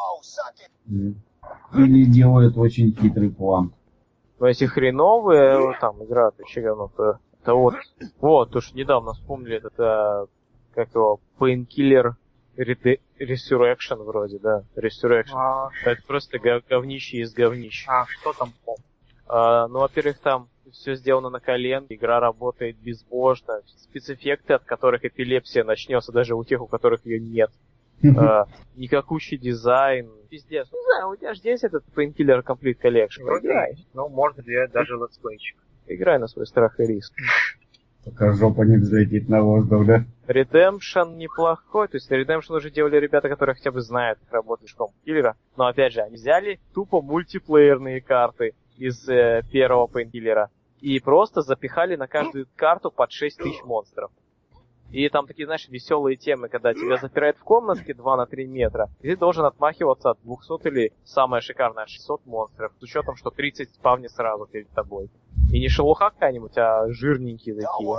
Или делают очень хитрый план. Но если хреновые там игра, то вообще говно, то это вот. Вот, уж недавно вспомнили этот, а, как его, Painkiller Rede- Resurrection вроде, да, Resurrection. А, Это просто гов- говнище из говнищ. а что там? А, ну, во-первых, там все сделано на коленке, игра работает безбожно, спецэффекты, от которых эпилепсия начнется даже у тех, у которых ее нет. А, никакущий дизайн, пиздец. Не знаю, у тебя же есть этот Painkiller Complete Collection. Вроде Играй. есть. Ну, можно сделать даже летсплейчик. Играй на свой страх и риск. Пока жопа не взлетит на воздух, да? Redemption неплохой, то есть Redemption уже делали ребята, которые хотя бы знают, как работает школа киллера. Но опять же, они взяли тупо мультиплеерные карты из э, первого Painkiller и просто запихали на каждую карту под шесть тысяч монстров. И там такие, знаешь, веселые темы, когда тебя запирают в комнатке два на три метра, и ты должен отмахиваться от двухсот или, самое шикарное, шестисот монстров, с учетом, что тридцать спавнит сразу перед тобой. И не шелуха какая-нибудь, а жирненькие такие.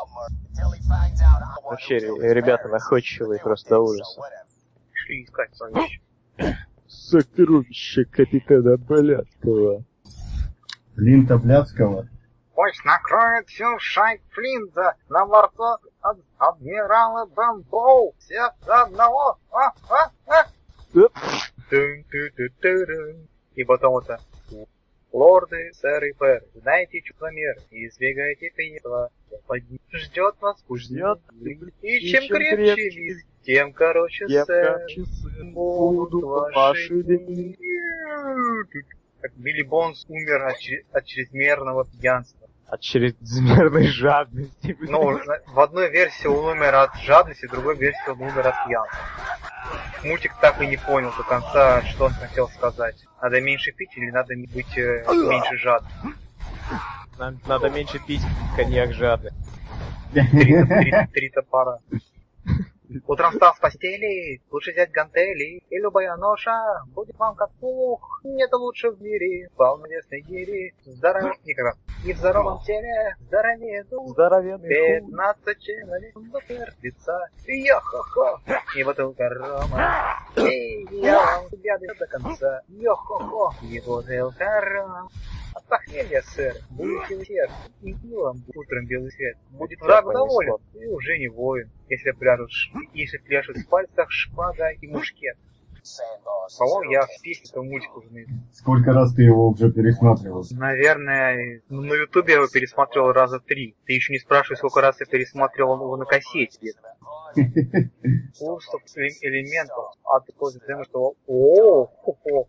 Вообще, ребята находчивые просто до ужаса. Шли искать сокровища. Сокровище капитана Бляцкого. Флинта Бляцкого. Пусть накроет всю шайк Флинта на борту от адмирала Бэмбоу. Все до одного. А, а, а. Тун-ту-ту-ту-рун. И потом это... Лорды, сэры и пэры, знаете чувствомер, и избегайте пьянства. Под ним ждет вас Ждет. и чем крепче виски, тем короче, сэр, будут ваши дни. Как Билли Бонс умер от, чрез- от чрезмерного пьянства. От чрезмерной жадности. Ну, в одной версии он умер от жадности, в другой версии он умер от пьянства. Мультик так и не понял до конца, что он хотел сказать. Надо меньше пить или надо быть э, меньше жадным? Нам надо меньше пить коньяк жадный. Три, три- три топора. Утром встал с постели, лучше взять гантели, и любая ноша будет вам как пух. Нет лучше в мире, полновесной гири, здоров... никогда. И в здоровом теле здоровее дух. Здоровенный хуй. Пятнадцать человек лица, йо-хо-хо, и бутылка рома. Эй, я вам тебя до конца, йо-хо-хо, и бутылка рома. От похмелья, сэр, будете вы сердце, и пилом утром белый свет. Будет враг доволен, и уже не воин, если пляшут, ш- если пляшут в пальцах шпага и мушкет. По-моему, я в песне-то мультик уже наизусть. Сколько раз ты его уже пересматривал? Наверное, ну, на ютубе я его пересмотрел раза три. Ты еще не спрашивай, сколько раз я пересмотрел его на кассете где-то. Курсов элементов. А ты после того, что... О, хо-хо.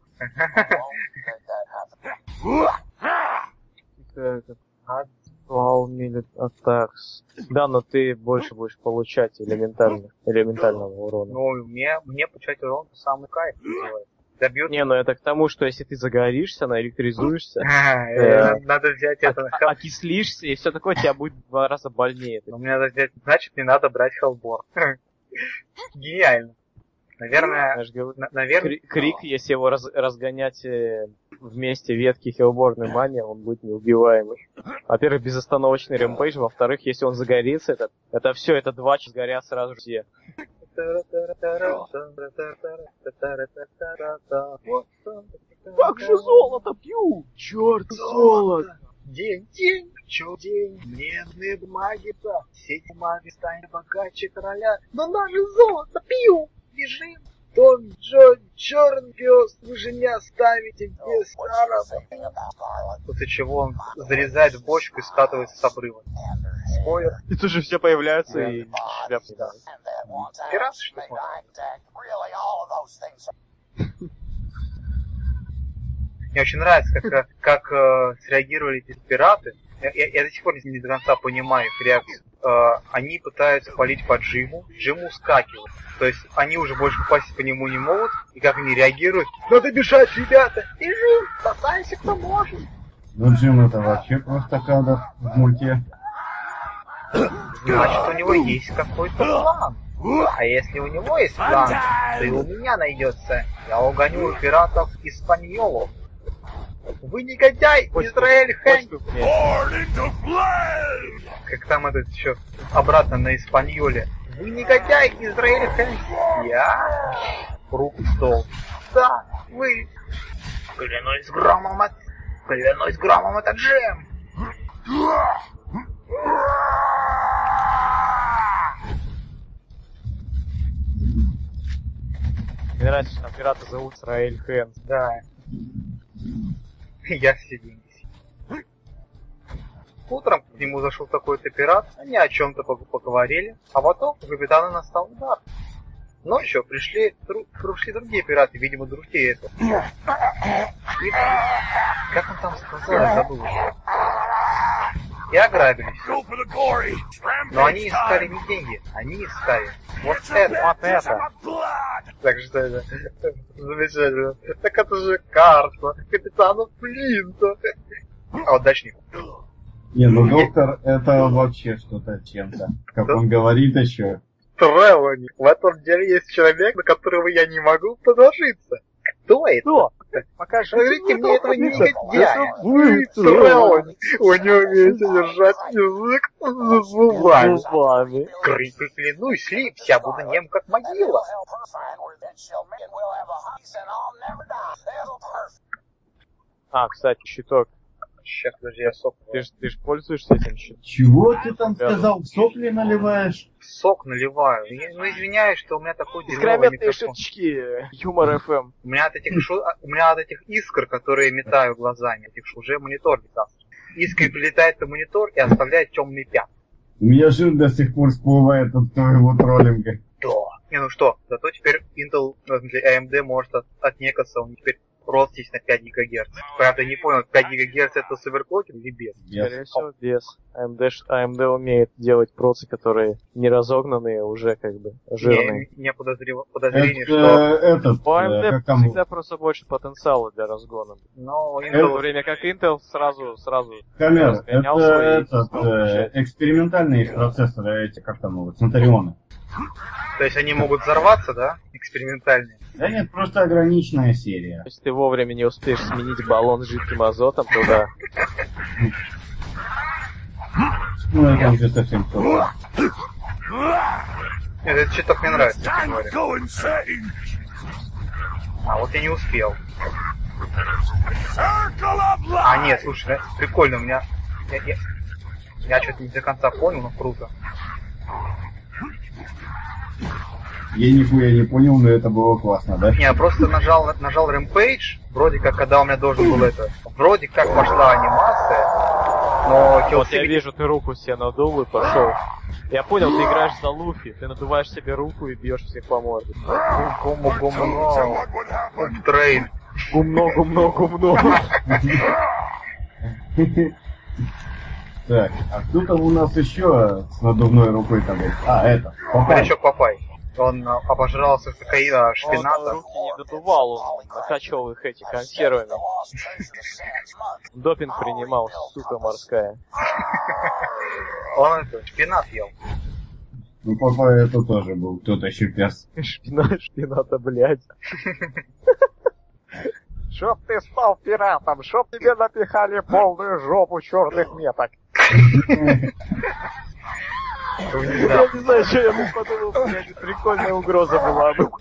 Dual Minute Attacks. Да, но ты больше будешь получать элементарно, элементарного урона. Ну, мне, мне получать урон самый кайф называется. Добьет... Не, ну это к тому, что если ты загоришься, наэлектризуешься, А, Надо взять это... о- окислишься и все такое, тебя будет в два раза больнее. Ну, мне надо взять... Значит, не надо брать Хеллбор. Гениально. Наверное... Знаешь, говорю, на- Наверное... Кри- Крик, если его раз- разгонять э, вместе ветки Хеллборн и Мания, он будет неубиваемый. Во-первых, безостановочный рэмпейдж, во-вторых, если он загорится, это, это все, это два часа сгорят сразу все. Как же золото пью! Черт, золото! День, день, чё день, медные бумаги-то, сеть бумаги станет богаче короля, но даже золото пью! Бежим, Том, Джо, черный пес, вы же не оставите без старого. После чего он залезает в бочку и скатывается с обрыва. Спойлер. И тут же все появляются и шляп не дают. Пираты, что ли? Мне очень нравится, как, э, как э, среагировали эти пираты. Я, я, я до сих пор не, не до конца понимаю их реакцию. э, они пытаются палить по Джиму, Джиму ускакивает. То есть они уже больше попасть по нему не могут, и как они реагируют? Надо бежать, ребята! Бежим! Спасайся, кто может! Ну, Джим это вообще просто кадр в мульте. Значит, у него есть какой-то план. А если у него есть план, то и у меня найдется. Я угоню пиратов Испаньолов. Вы негодяй, Израиль Хэнк! Как там этот еще обратно на Испаньоле. Вы негодяй, Израиль Хэнк! Я? Руку в стол. Да, вы. Клянусь громом от... Клянусь громом это Джем! Мне нравится, что там пирата зовут Израиль Хэнс. Да. Я все деньги. Утром к нему зашел такой-то пират, они о чем-то поговорили, а потом у капитана настал удар. Ночью пришли, дру, пришли другие пираты, видимо, друзей этого. И, как он там сказал, я забыл. И ограбились. Но они искали не деньги, они искали вот это, вот это. Так что это замечательно. Так это же карта капитана Флинта. А вот дальше не. Не, ну доктор это вообще что-то чем-то. Как он говорит еще. Трелани, в этом деле есть человек, на которого я не могу положиться. Кто это? Кто? Покажите мне этого негодяя. Вы, Трелани, вы не умеете держать язык за зубами. зубами. Клянусь, Липс, я буду нем как могила. А, кстати, щиток. Сейчас, подожди, я сок. Ты ж, ты ж пользуешься этим щитом? Чего ты там сказал? Сопли наливаешь? Сок наливаю. Ну, извиняюсь, что у меня такой дерьмовый Искрометные микрофон. шуточки. Юмор эф эм. У меня от этих шу... у меня от этих искр, которые метаю глазами, этих шу... уже монитор метался. Искры прилетает на монитор и оставляет темный пятна. У меня жир до сих пор всплывает от твоего троллинга. Да. Не, ну что, зато теперь Intel, в смысле, эй эм ди может от... отнекаться, он теперь рост есть на пять гигагерц. Правда, не понял, пять гигагерц это с оверклоком или без? Скорее всего, без. эй эм ди, эй эм ди умеет делать процы, которые не разогнанные, уже как бы жирные. Не, не подозрев... подозрение, Это, что... этот, У эй эм э, ди как там... всегда просто больше потенциала для разгона. Но В то Intel... время как Intel сразу, сразу Хамер, разгонял это свои этот, стал э, включать. экспериментальные процессоры, эти, как там его, Центурионы. То есть они могут взорваться, да? Экспериментальные. Да нет, просто ограниченная серия. Если ты вовремя не успеешь сменить баллон с жидким азотом, то да. Ну, это уже совсем плохо. Нет, этот щиток мне нравится, как говорю. А вот я не успел. А нет, слушай, да, прикольно, у меня... Я, я, я что-то не до конца понял, но круто. Я нихуя не понял, но это было классно, да? Не, я просто нажал, нажал Rampage, вроде как, когда у меня должен был это... Вроде как пошла анимация, но... Вот я вижу, ты руку себе надул и пошел. Я понял, ты играешь за Луфи, ты надуваешь себе руку и бьешь всех по морде. Гумно, гумно, трейн. Гумно, гумно, гумно. Так, а кто там у нас еще с надувной рукой там был? А, это, Папай. Морячок Папай. Он а, обожрался кокаина, шпината. Он руки не додувал, он накачивал их эти консервами. Допинг принимал, сука морская. Он это, шпинат ел. Ну, Папай это тоже был, кто-то еще перс. Шпинат, шпината, блядь. Чтоб ты стал пиратом, чтоб тебе напихали полную жопу черных меток. Я не знаю, что я бы подумал, блядь, прикольная угроза была бы.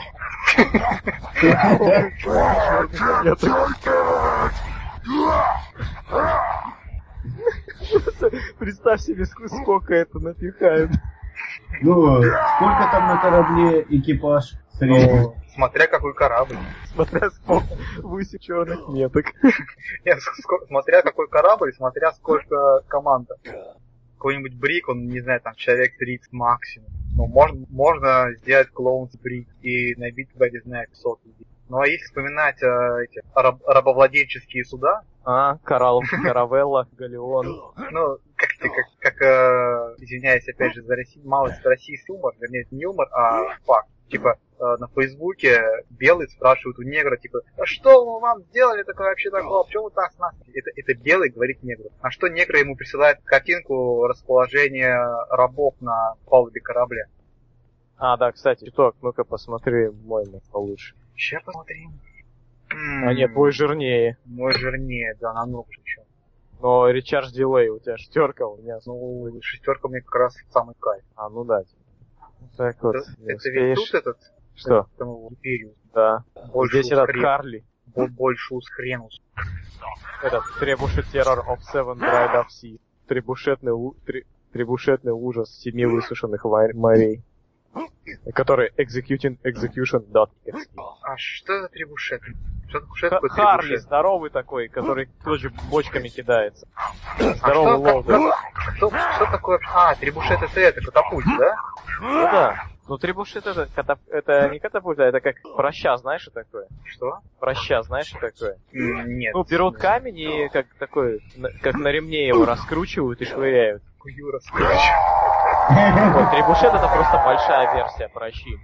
Представь себе, сколько это напихают. Ну, сколько там на корабле экипаж средний? Смотря какой корабль. Смотря сколько высек черных меток. Нет, смотря какой корабль, смотря сколько команда. Какой-нибудь брик, он, не знаю, там, человек тридцать максимум. Ну, можно, можно сделать клоун с брик и набить туда, не знаю, пятьсот людей. Ну, а если вспоминать э, эти раб, рабовладельческие суда... А, Карал, Каравелла, Галеон. Ну, как Слушайте, как, как э, извиняюсь опять же за Россию, малость российский юмор, вернее, это не юмор, а факт. Типа, э, на Фейсбуке белый спрашивает у негра, типа, а что мы вам сделали такое вообще такое, почему вы так с нас? Это, это белый говорит негру. А что негр ему присылает картинку расположения рабов на палубе корабля? А, да, кстати, Ток, ну-ка посмотри мой получше. Сейчас посмотрим. А нет, твой жирнее. Мой жирнее, да, намного еще. Но Recharge Delay у тебя шестерка, у меня... Ну, шестерка мне как раз самый кайф. А, ну да. Так вот, Это, не это ведь тут этот... Что? Там его Империус. Да. Больше Здесь этот хрен. Харли. Больше хренус. Этот Требушет Terror of Seven Dried Up Sea. Требушетный, у... Три... Требушетный ужас семи высушенных ва- морей. Который Executing Execution dot exe. А что за требушет? Что, что Х- такое Харли, требушет? здоровый такой, который тоже бочками кидается. А Здоровый что, лоудер. что, что такое? А, требушет это это, катапульт, да? Ну да. Ну требушет это, катап... это не катапульта, это как проща, знаешь, что такое? Что? Проща, знаешь, что такое? М, Нет. Ну, берут камень и как такой, на- как на ремне его раскручивают и швыряют. Юра, Вот, требушет это просто большая версия прощи.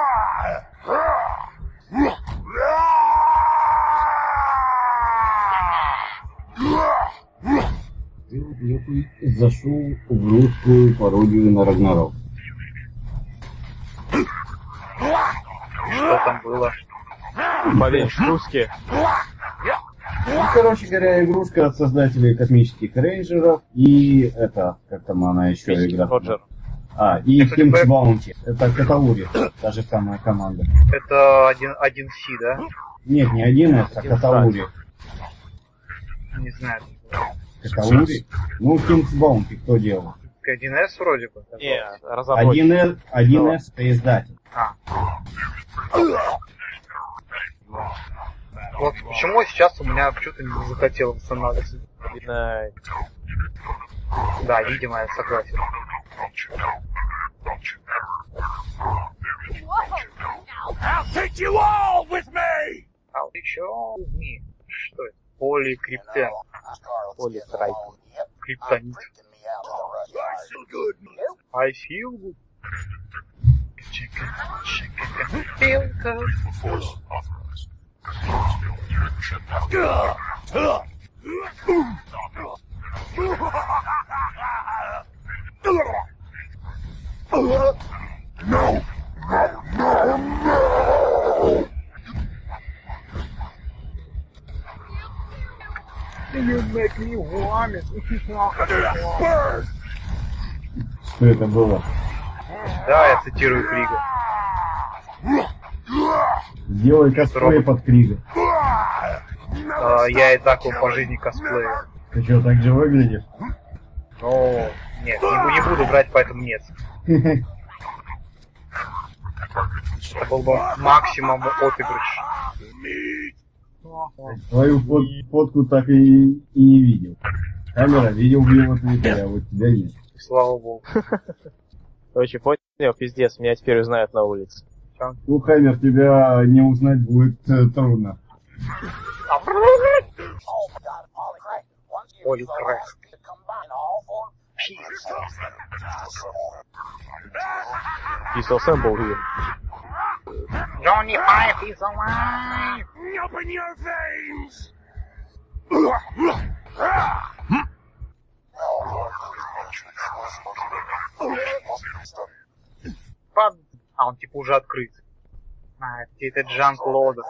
Зашел в русскую пародию на Рагнарок. Что там было? Поверишь, русские. Ну, короче говоря, игрушка от создателей космических рейнджеров и это, как там она еще игра. Роджер. А, и Это King's типа- Bounty. Это Катаури, та же самая команда. Это один, один Си, да? Нет, не один эс, а Один Катаури. Не знаю. Катаури? Ну, King's Bounty кто делал? один Эс вроде бы. Не, разработчик. один эс, один эс это издатель. А. Вот почему сейчас у меня что-то не захотело восстанавливаться. Видно, Да, видимо, я согласен. I'll take you all with me! А вот еще не. Что это? Поликриптен. политрайт. Криптонит. I feel good. I feel good. Chicken, chicken, feel good. You make me vomit. Bird! Что это было? Да, я цитирую Крига. Сделай косплей под Крига. А, я и так он по жизни косплею. Ты что, так же выглядишь? Ну, нет, не, бу- не буду брать, поэтому нет. Это был бы максимум отыгрыш. Твою фот- фотку так и, и не видел. Камера видел в его твиттере, а вот тебя нет. Слава богу. Короче, понял, пиздец, меня теперь узнают на улице. Ну, Хаммер, тебя не узнать будет э, трудно. Поликрайт. Disassemble him. Johnny Five is alive! Open your veins! Под... А, он типа уже открыт. А, это, это Джанк Лодер.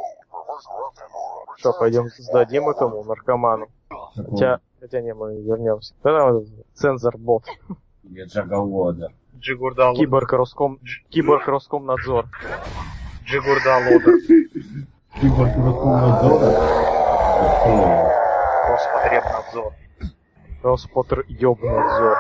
Что, пойдем сдадим этому наркоману? Хотя, хотя не, мы вернемся. Кто там цензор-бот? Я Джагалода. Джигурда Лодер. Киборг Роском... Киборг Роскомнадзор. Джигурда Лодер. Киборг Роскомнадзора? Роспотребнадзор. Роспотр Ёбнадзор.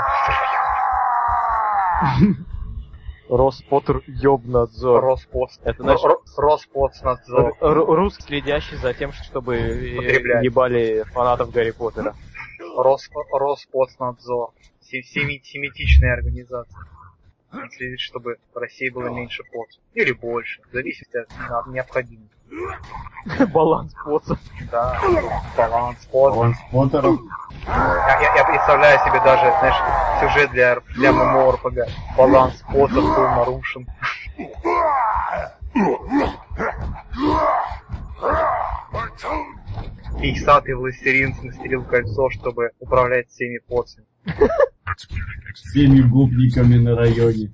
Роспотр Ёбнадзор. Роспост. Это значит- Ро- Роспоцнадзор. Р- Русский, следящий за тем, чтобы э, Потреблять. ебали фанатов Гарри Поттера. Рос, Роспоцнадзор. Се- семи- Семитичная организация. Он следит, чтобы в России было меньше поц. Или больше. Зависит от необходимости. Баланс поца. Да. Баланс поц. Он с Поттером. Я, я, я представляю себе даже, знаешь, сюжет для, для MMORPG. Баланс поттов был нарушен. Пятисатый властелин смастерил кольцо, чтобы управлять всеми поцами. Всеми гопниками на районе.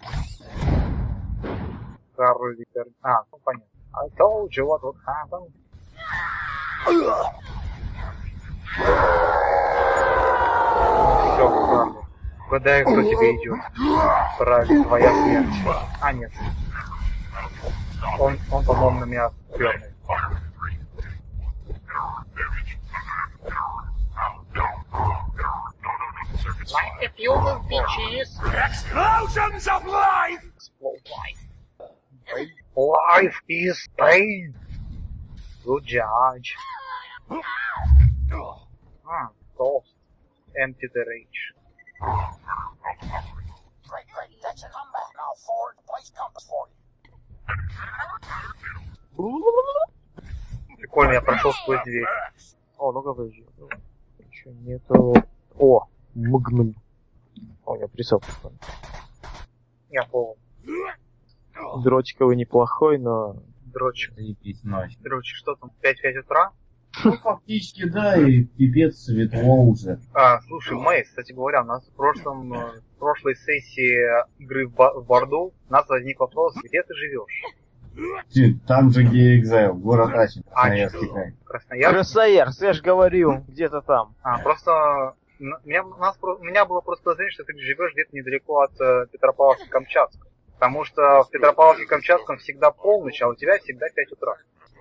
Карли Пер... А, ну понятно. I told you what would happen. Все, Карли. Угадай, кто тебе идет. Правильно, твоя смерть. А, нет. Он, он по-моему, на меня перный. Like a few of bitches. Explosions of life! Life is pain. Good judge. Ah, toast. Empty the rage. Great, great, that's your number. Now forward, place compass for you. Прикольно, я прошел сквозь дверь. О, ну-ка, подожди. Ничего нету. О, мгнум. О, у меня прицел. Я полон. Дрочковый неплохой, но... Дрочек. Заебись ночь. Дрочек, что там, пять-пять утра? Ну, фактически, да, и пипец светло уже. А, слушай, Мэй, кстати говоря, у нас в прошлом, э, в прошлой сессии игры в, Ба- в Борду у нас возник вопрос, где ты живешь? Ты, там же где Exile, город Ачи, А, Красноярский край. Красноярск? Красноярск, я же говорил, где-то там. А, просто... н- У меня, у, нас, про- у меня было просто подозрение, что ты живешь где-то недалеко от э, Петропавловска-Камчатска. Потому что в Петропавловске-Камчатском всегда полночь, а у тебя всегда пять утра.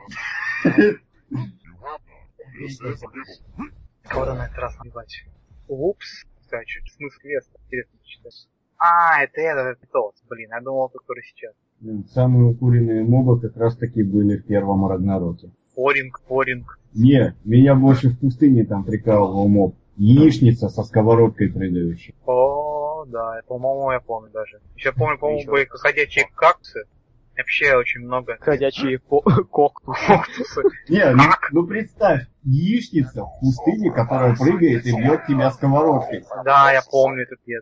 Кого-то на этот раз набивать. Упс. Кстати, чуть смысл квеста. Интересно читать. А, это этот, это тот. Блин, я думал, это который сейчас. Блин, самые укуренные мобы как раз таки были в первом Рагнароке. Поринг, поринг. Не, меня больше в пустыне там прикалывал моб. Яичница со сковородкой прыгающей. О, да, по-моему, я помню даже. Еще помню, по-моему, Еще были раз. ходячие кактусы. Вообще очень много. Ходячие ко- коктусы. Кактусы. Не, ну, ну представь, яичница в пустыне, которая прыгает и бьет тебя сковородкой. Да, я помню этот пьес.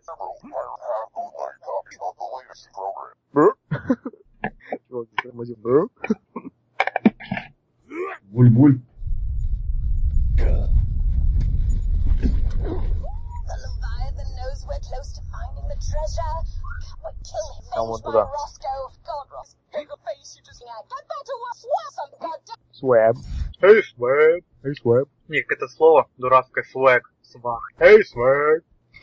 Чувак, затормозил. Бррр. Буль-буль. The Leviathan knows we're close to finding the treasure. We kill him. Там вон Finish by туда. Roscoe. God, Ross, take a face you just yeah, get back to us. What some goddamn Swab. Эй, свэг. Эй, swab. Нет, это слово дурацкое свэг. Свах. Эй, свэг.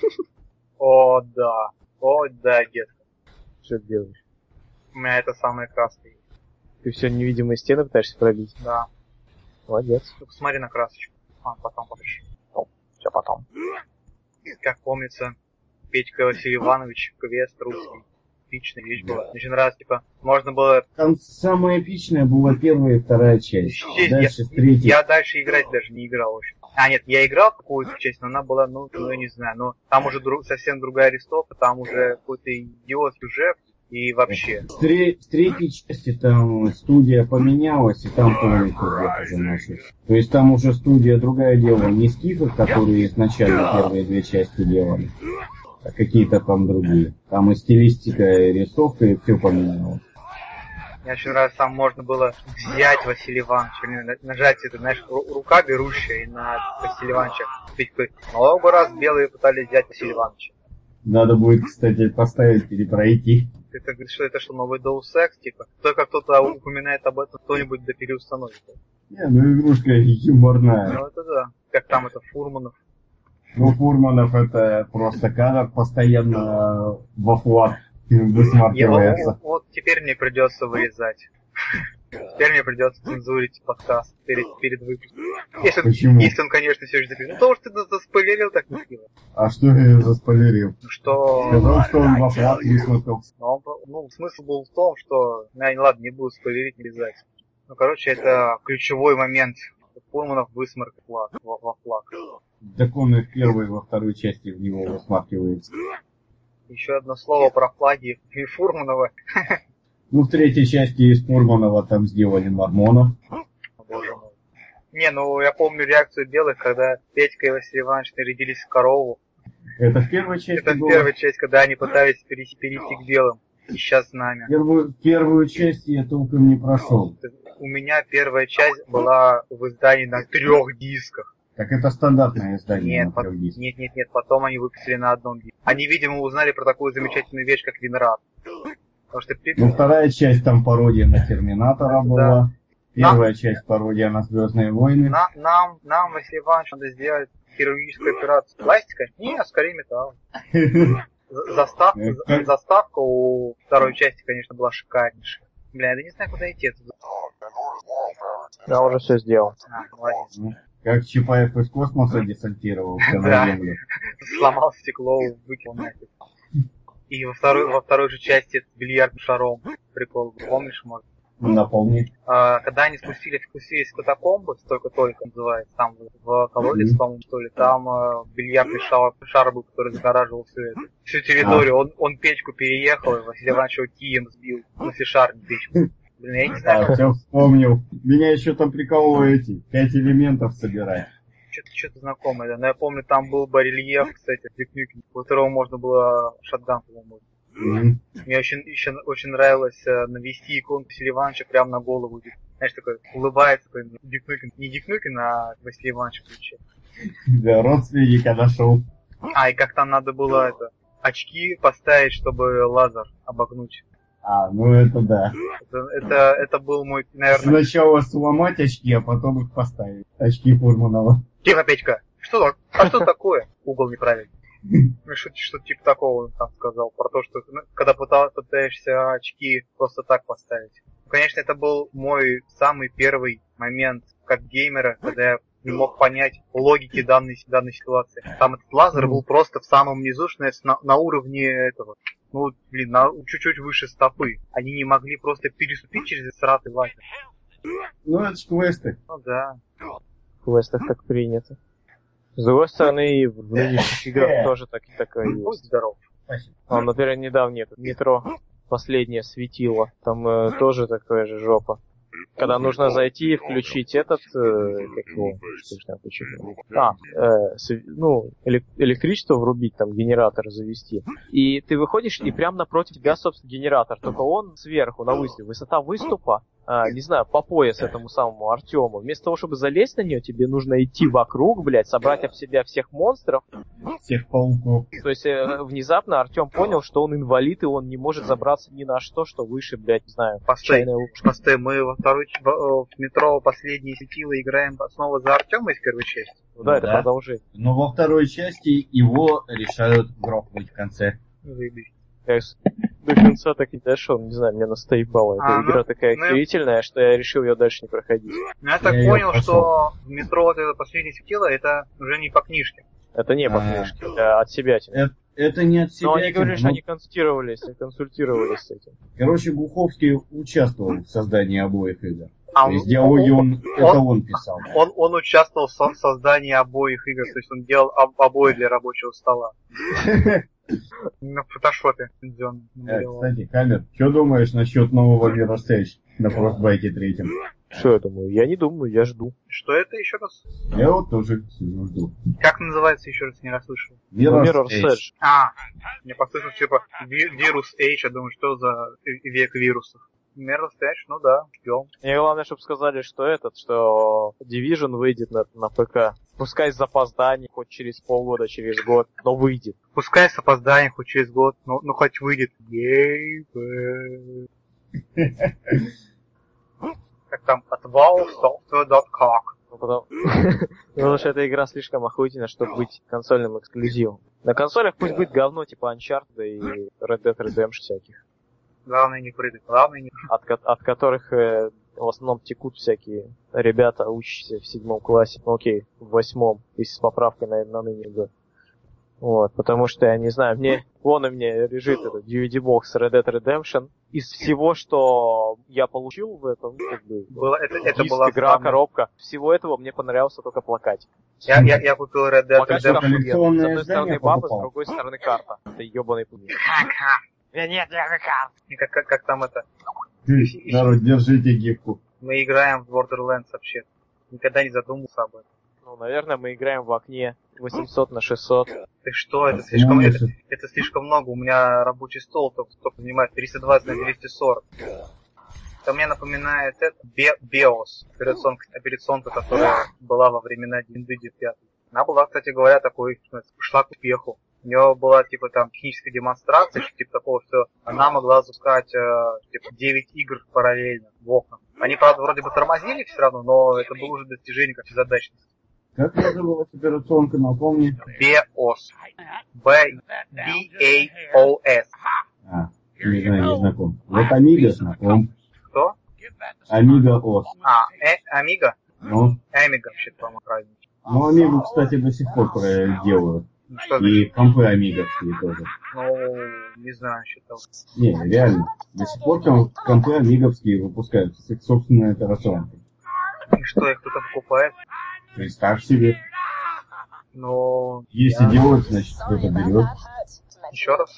О, да. О, да, детка. Что ты делаешь? У меня это самое красное. Ты все невидимые стены пытаешься пробить? Да. Молодец. Ну, посмотри на красочку. А, потом попиши. Все потом. Как помнится, Петька Василий Иванович, квест русский. Эпичная вещь была. Мне очень нравится, типа, можно было... Там самая эпичная была первая и вторая часть. Я, Дальше с третьей. я дальше играть даже не играл, в общем. А, нет, я играл в какую-то часть, но она была, ну, ну я не знаю, но там уже друг, совсем другая рисовка, там уже какой-то идиот сюжет и вообще. С, тре- с третьей части там студия поменялась, и там полностью бред уже начал. То есть там уже студия другая делала, не скифы, которые изначально первые две части делали, а какие-то там другие. Там и стилистика, и рисовка, и все поменялось. Мне очень нравится, там можно было взять Василия Ивановича, вернее, нажать это, знаешь, ру- рука берущая, и на Василия Ивановича Петька. Много раз белые пытались взять Василия Ивановича. Надо будет, кстати, поставить или пройти. Это говорит, что это что, новый Deus Ex, типа? Только кто-то упоминает об этом, кто-нибудь да переустановит. Не, ну игрушка юморная. Ну это да. Как там это, Фурманов. Ну, Фурманов это просто кадр постоянно во флаг Я, высматривается. вот, вот теперь мне придется вырезать. Теперь мне придется цензурить подкаст перед, перед выпуском. Если, Почему? если он, конечно, все еще запишет. Ну, потому что ты заспойлерил так нехило. А что я заспойлерил? Что... Сказал, что он во флаг высматривался. Ну, он- ну, смысл был в том, что... Ну, я, ладно, не буду спойлерить, не вязать. Ну, короче, это ключевой момент. Фурманов высморк флаг, во, во флаг. Так он и в первой, и во второй части в него высматривается. Еще одно слово про флаги и Фурманова. Ну, в третьей части из Фурманова там сделали Мормона. О, боже мой. Не, ну я помню реакцию белых, когда Петька и Василий Иванович нарядились в корову. Это в первой части Это было? первая часть, когда они пытались перейти, перейти к белым. И сейчас с нами. Первую, первую часть я толком не прошел. У меня первая часть была в издании на трех дисках. Так это стандартное издание Нет, на по- трех дисках. нет, нет, нет, потом они выпустили на одном диске. Они, видимо, узнали про такую замечательную вещь, как Винрад. Потому что Ну, вторая часть там пародия на Терминатора была. Первая Нам- часть пародия на Звездные войны. на, нам, нам, Василий Иванович, надо сделать хирургическую операцию. Пластика? Не, скорее металл. За- Застав, Э, за- как- заставка у второй части, конечно, была шикарнейшая. Бля, я не знаю, куда идти. отсюда. Я уже все сделал. А, молодец. Ну, Как Чапаев из космоса десантировался на Да. Землю. Сломал стекло, выкинул нафиг. И во второй, во второй же части с бильярдным шаром. Прикол, помнишь, может? Наполни. А, когда они спустились, спустились в катакомбы, только-только называется, там в колодец, Мгм. по-моему, что ли, там э, бильярдный шар, шар был, который загораживал всю эту, всю территорию. Он, он печку переехал, и Василий Иванович его кием сбил. Ну, если шар, не печку. Блин, я не знаю, А, все вспомнил. Меня еще там прикололо эти, пять элементов собирать. что-то, что-то знакомое, да. Но я помню, там был барельеф, кстати, Дюк Нюкем, у которого можно было шотган, по-моему. Мгм. Мне очень, еще очень нравилось э, навести иконку Василия Ивановича прямо на голову. Знаешь, такой, улыбается, такой, Дюк Нюкем. Не Дюк Нюкем, а Василий Иванович включил. Да, родственника нашел. А, и как там надо было это, очки поставить, чтобы лазер обогнуть. А, ну это да. Это, это, это был мой, наверное... Сначала сломать очки, а потом их поставить. Очки Фурманова. Тихо, Петька! Что так? А что такое? Угол неправильный. Ну, что-то, что-то типа такого он там сказал. Про то, что ну, когда пыта- пытаешься очки просто так поставить. Конечно, это был мой самый первый момент как геймера, когда я не мог понять логики данной, данной ситуации. Там этот лазер был просто в самом низу, что на, на уровне этого. Ну, блин, на, чуть-чуть выше стопы. Они не могли просто переступить через этот сратый лазер. Ну это ж квесты. Ну да. В квестах так принято. С другой стороны, и в нынешних играх тоже так, такое Будь есть. здоров. Спасибо. А, например, недавно это метро последнее светило. Там э, тоже такая же жопа. Когда нужно зайти и включить этот, э, как его, что же там включить? А, э, св- ну, элек- электричество врубить, там, генератор завести. И ты выходишь, и прямо напротив тебя, собственно, генератор. Только он сверху, на выступе. Высота выступа, а, не знаю, по пояс этому самому Артему. Вместо того, чтобы залезть на нее, тебе нужно идти вокруг, блядь, собрать об себя всех монстров. Всех пауков. То есть э, внезапно Артем понял, что он инвалид, и он не может забраться ни на что, что выше, блядь, не знаю, Постой, чайная ложка. постой, мы во второй, ч- в, в метро последние светила играем снова за Артема из первой части. Ну да, это Да. продолжение. Но во второй части его решают грохнуть в конце. Заебись. Я с- до конца так и дошел, не знаю, меня настоебало. Эта А, ну, игра такая ну, охерительная, что я решил ее дальше не проходить. Ну, я так Я её понял, прошёл. что в метро вот это последнее светило, это уже не по книжке. Это не по А. книжке, а от себя. Это, это не от себя. Но они говорили, что но- они консультировались, консультировались с этим. Короче, Гуховский участвовал в создании обоих игр. А То есть диалоги он, это он писал. Он, он участвовал в со- создании обоих игр, то есть он делал об- обои для рабочего стола. На фотошопе лицензионном Э, намалевал. кстати, Хаммер, что думаешь насчет нового Mirror's Edge на Frostbite третьем? Что я думаю? Я не думаю, я жду. Что это еще раз? Я вот тоже сижу, жду. Как называется еще раз, не расслышал? Ну, Mirror's Mirror's Edge. Edge. А, мне послышалось типа ви- вирус H, я думаю, что за век вирусов. Mirror's Edge, ну да, ждем. Мне главное, чтобы сказали, что этот, что Division выйдет на, на ПК. Пускай с запозданием, хоть через полгода, через год, но выйдет. Пускай с опозданием, хоть через год, ну, ну хоть выйдет. Ей, как там, от valve software dot com. Ну, потому... потому что эта игра слишком охуительна, чтобы быть консольным эксклюзивом. На консолях пусть будет говно, типа Uncharted и Red Dead Redemption всяких. Главное не прыгать, главное не... От, ко- от которых э, в основном текут всякие ребята, учащиеся в седьмом классе. Ну окей, в восьмом, если с поправкой на, на нынешний год. Вот, потому что, я не знаю, мне, вон у меня лежит этот ди ви ди-бокс Red Dead Redemption. Из всего, что я получил в этом, как бы, Было, это, это диск, была игра, самая- коробка, всего этого мне понравился только плакать. Я, я, я купил Red Dead Плакать Redemption. охуенно. С коллекционное одной стороны издание баба, с покупал. другой стороны карта. Это ебаный пуд. Нет, нет, нет, как, как, как там это? Народ, держите гифку. Мы играем в Borderlands вообще. никогда не задумывался об этом. Ну, наверное, мы играем в окне восемьсот на шестьсот. Ты что, это слишком, это, это слишком много. У меня рабочий стол только, только занимает триста двадцать на двести сорок. Это мне напоминает это биос, операционка, операционка, которая была во времена Windows пять. Она была, кстати говоря, такой, шла к успеху. У нее была, типа, там, техническая демонстрация, что, типа, такого, что она могла запускать, э, типа, девять игр параллельно в окна. Они, правда, вроде бы тормозили все равно, но это было уже достижение как задачности. Как называлась операционка, напомни? биос. B-A-O-S. А, не знаю, не знаком. Вот Амига знаком. Кто? Амига ОС. А, э, Амига? Ну, Амига, вообще-то, по-моему, правильно. ну, Амигу, кстати, до сих пор делают. Ну, что И значит? компы амиговские тоже. Ну, не знаю, что там. Не, реально. До сих пор ком- компы амиговские выпускаются с их собственной операционкой. И что, их кто-то покупает? Представь себе. Ну, Если делать, значит кто-то берет. еще раз.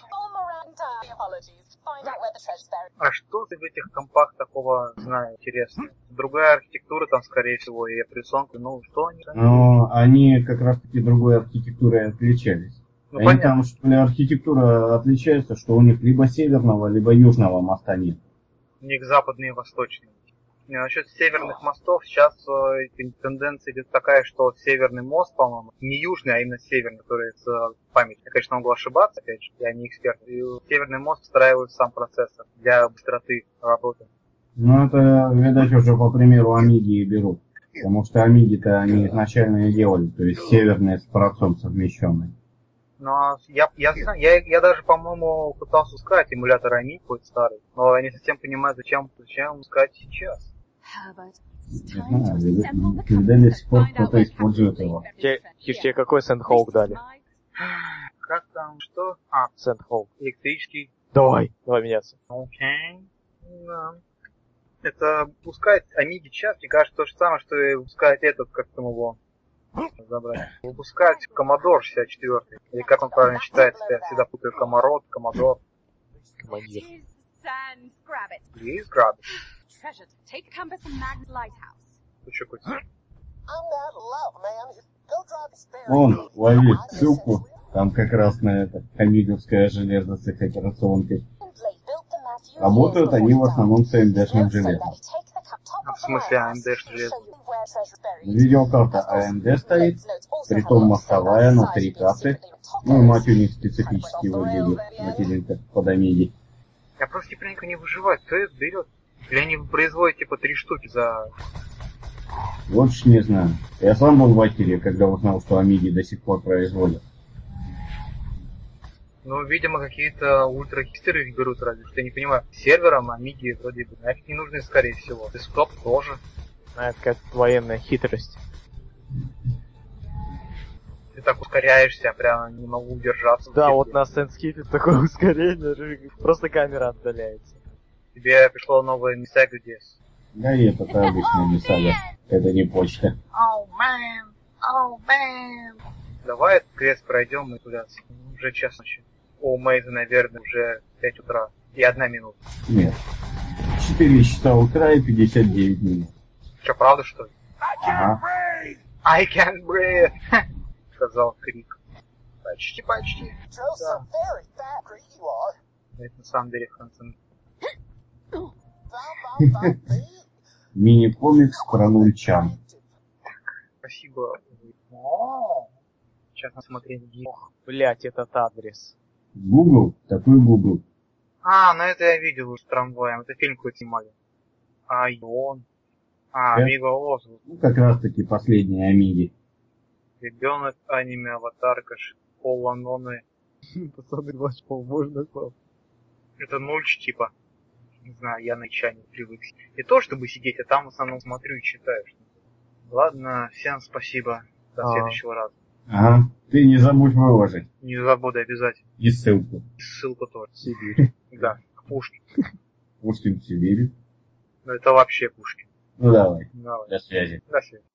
А что ты в этих компах такого, знаю, интересного? Другая архитектура там, скорее всего, и операционка, ну, что они? Но они как раз таки другой архитектурой отличались. Ну, Они понятно. там, что ли, архитектура отличается, что у них либо северного, либо южного моста нет. У них западные и восточные. Не, насчет северных мостов, сейчас э, тенденция идет такая, что северный мост, по-моему, не южный, а именно северный, который с э, памятью. Я, конечно, могу ошибаться, опять же, я не эксперт. И северный мост встраивают в сам процессор для быстроты работы. Ну, это, видать, уже по примеру Амиги и берут. Потому что Амиги-то они изначально и делали, то есть северные с процом совмещенные. Но я, я, я, я даже, по-моему, пытался искать эмулятор Амиги какой-то старый, но я не совсем понимаю, зачем, зачем искать сейчас. Не знаю, видать, когда до сих пор кто-то использует его. Те, Хиш, тебе какой Сэндхоук дали? Как там, что? А, Сэндхоук. электрический. Давай, давай меняться. Окей. Да. Это выпускать Амиги сейчас, мне кажется, то же самое, что и выпускать этот, как там его забрать. Выпускать Commodore шестьдесят четыре. Или как он правильно читается, я всегда путаю Commodore, Commodore. Командир. Есть град. Treasured. Take the compass and Magnus Lighthouse. Тут что какой-то. I'm not love, man. Go drive the spare. Он ловит ссылку, там как раз на это амиговское железо с их операционкой. Работают они в основном с эй эм ди-шным железом. А в смысле эй эм ди-шное железо? Видеокарта эй эм ди стоит, притом мостовая на три карты. Ну и мать у них специфически выглядит, материнка под Амиги. Я просто не понимаю, как они выживают. Кто это берет? Или они производят типа три штуки за... Вот ж не знаю. Я сам был в Акере, когда узнал, что Амиги до сих пор производят. Ну, видимо, какие-то ультрахистеры их берут, разве что я не понимаю. Сервером Амиги вроде бы нафиг не нужны, скорее всего. Десктоп тоже. А, это как военная хитрость. Ты так ускоряешься, прямо не могу удержаться. Да, вот на SenseKit такое ускорение, просто камера отдаляется. Тебе пришло новое Misago ди эс. Да и это обычная Мисага. Это не почта. Oh, man. Oh, man. Давай этот квест пройдем и туда. Уже час ночи. У Мейза, наверное, уже пять утра. И одна минута. Нет. четыре часа утра и пятьдесят девять минут. Что, правда, что ли? Ага. I can't breathe! Сказал Крик. Почти, почти. Joseph, very fat creep you are. Это на самом деле в конце. Thou, thou, thou, thee. Мини-комикс про нульчан. Спасибо. О, сейчас надо смотреть где. Ох, блять, этот адрес. Google? Такой Google. А, ну это я видел с трамваем. Это фильм какой-то снимали. А, и он. А, Да. Амиго Оз. Ну, как раз таки последние Амиги. Ребенок, аниме, аватарка, школа, ноны. Пацаны, ваш пол можно класс. Это ночь, типа. Не знаю, я на чай не привык. Не то, чтобы сидеть, а там в основном смотрю и читаю. Ладно, всем спасибо. До А. следующего раза. Ага. Ты не забудь выложить. Не забуду обязательно. И ссылку. Ссылку тоже. Сибирь. Да, к Пушкину. Пушкин в Сибири. Ну это вообще Пушкин. Ну давай. Давай. До связи. До свидания.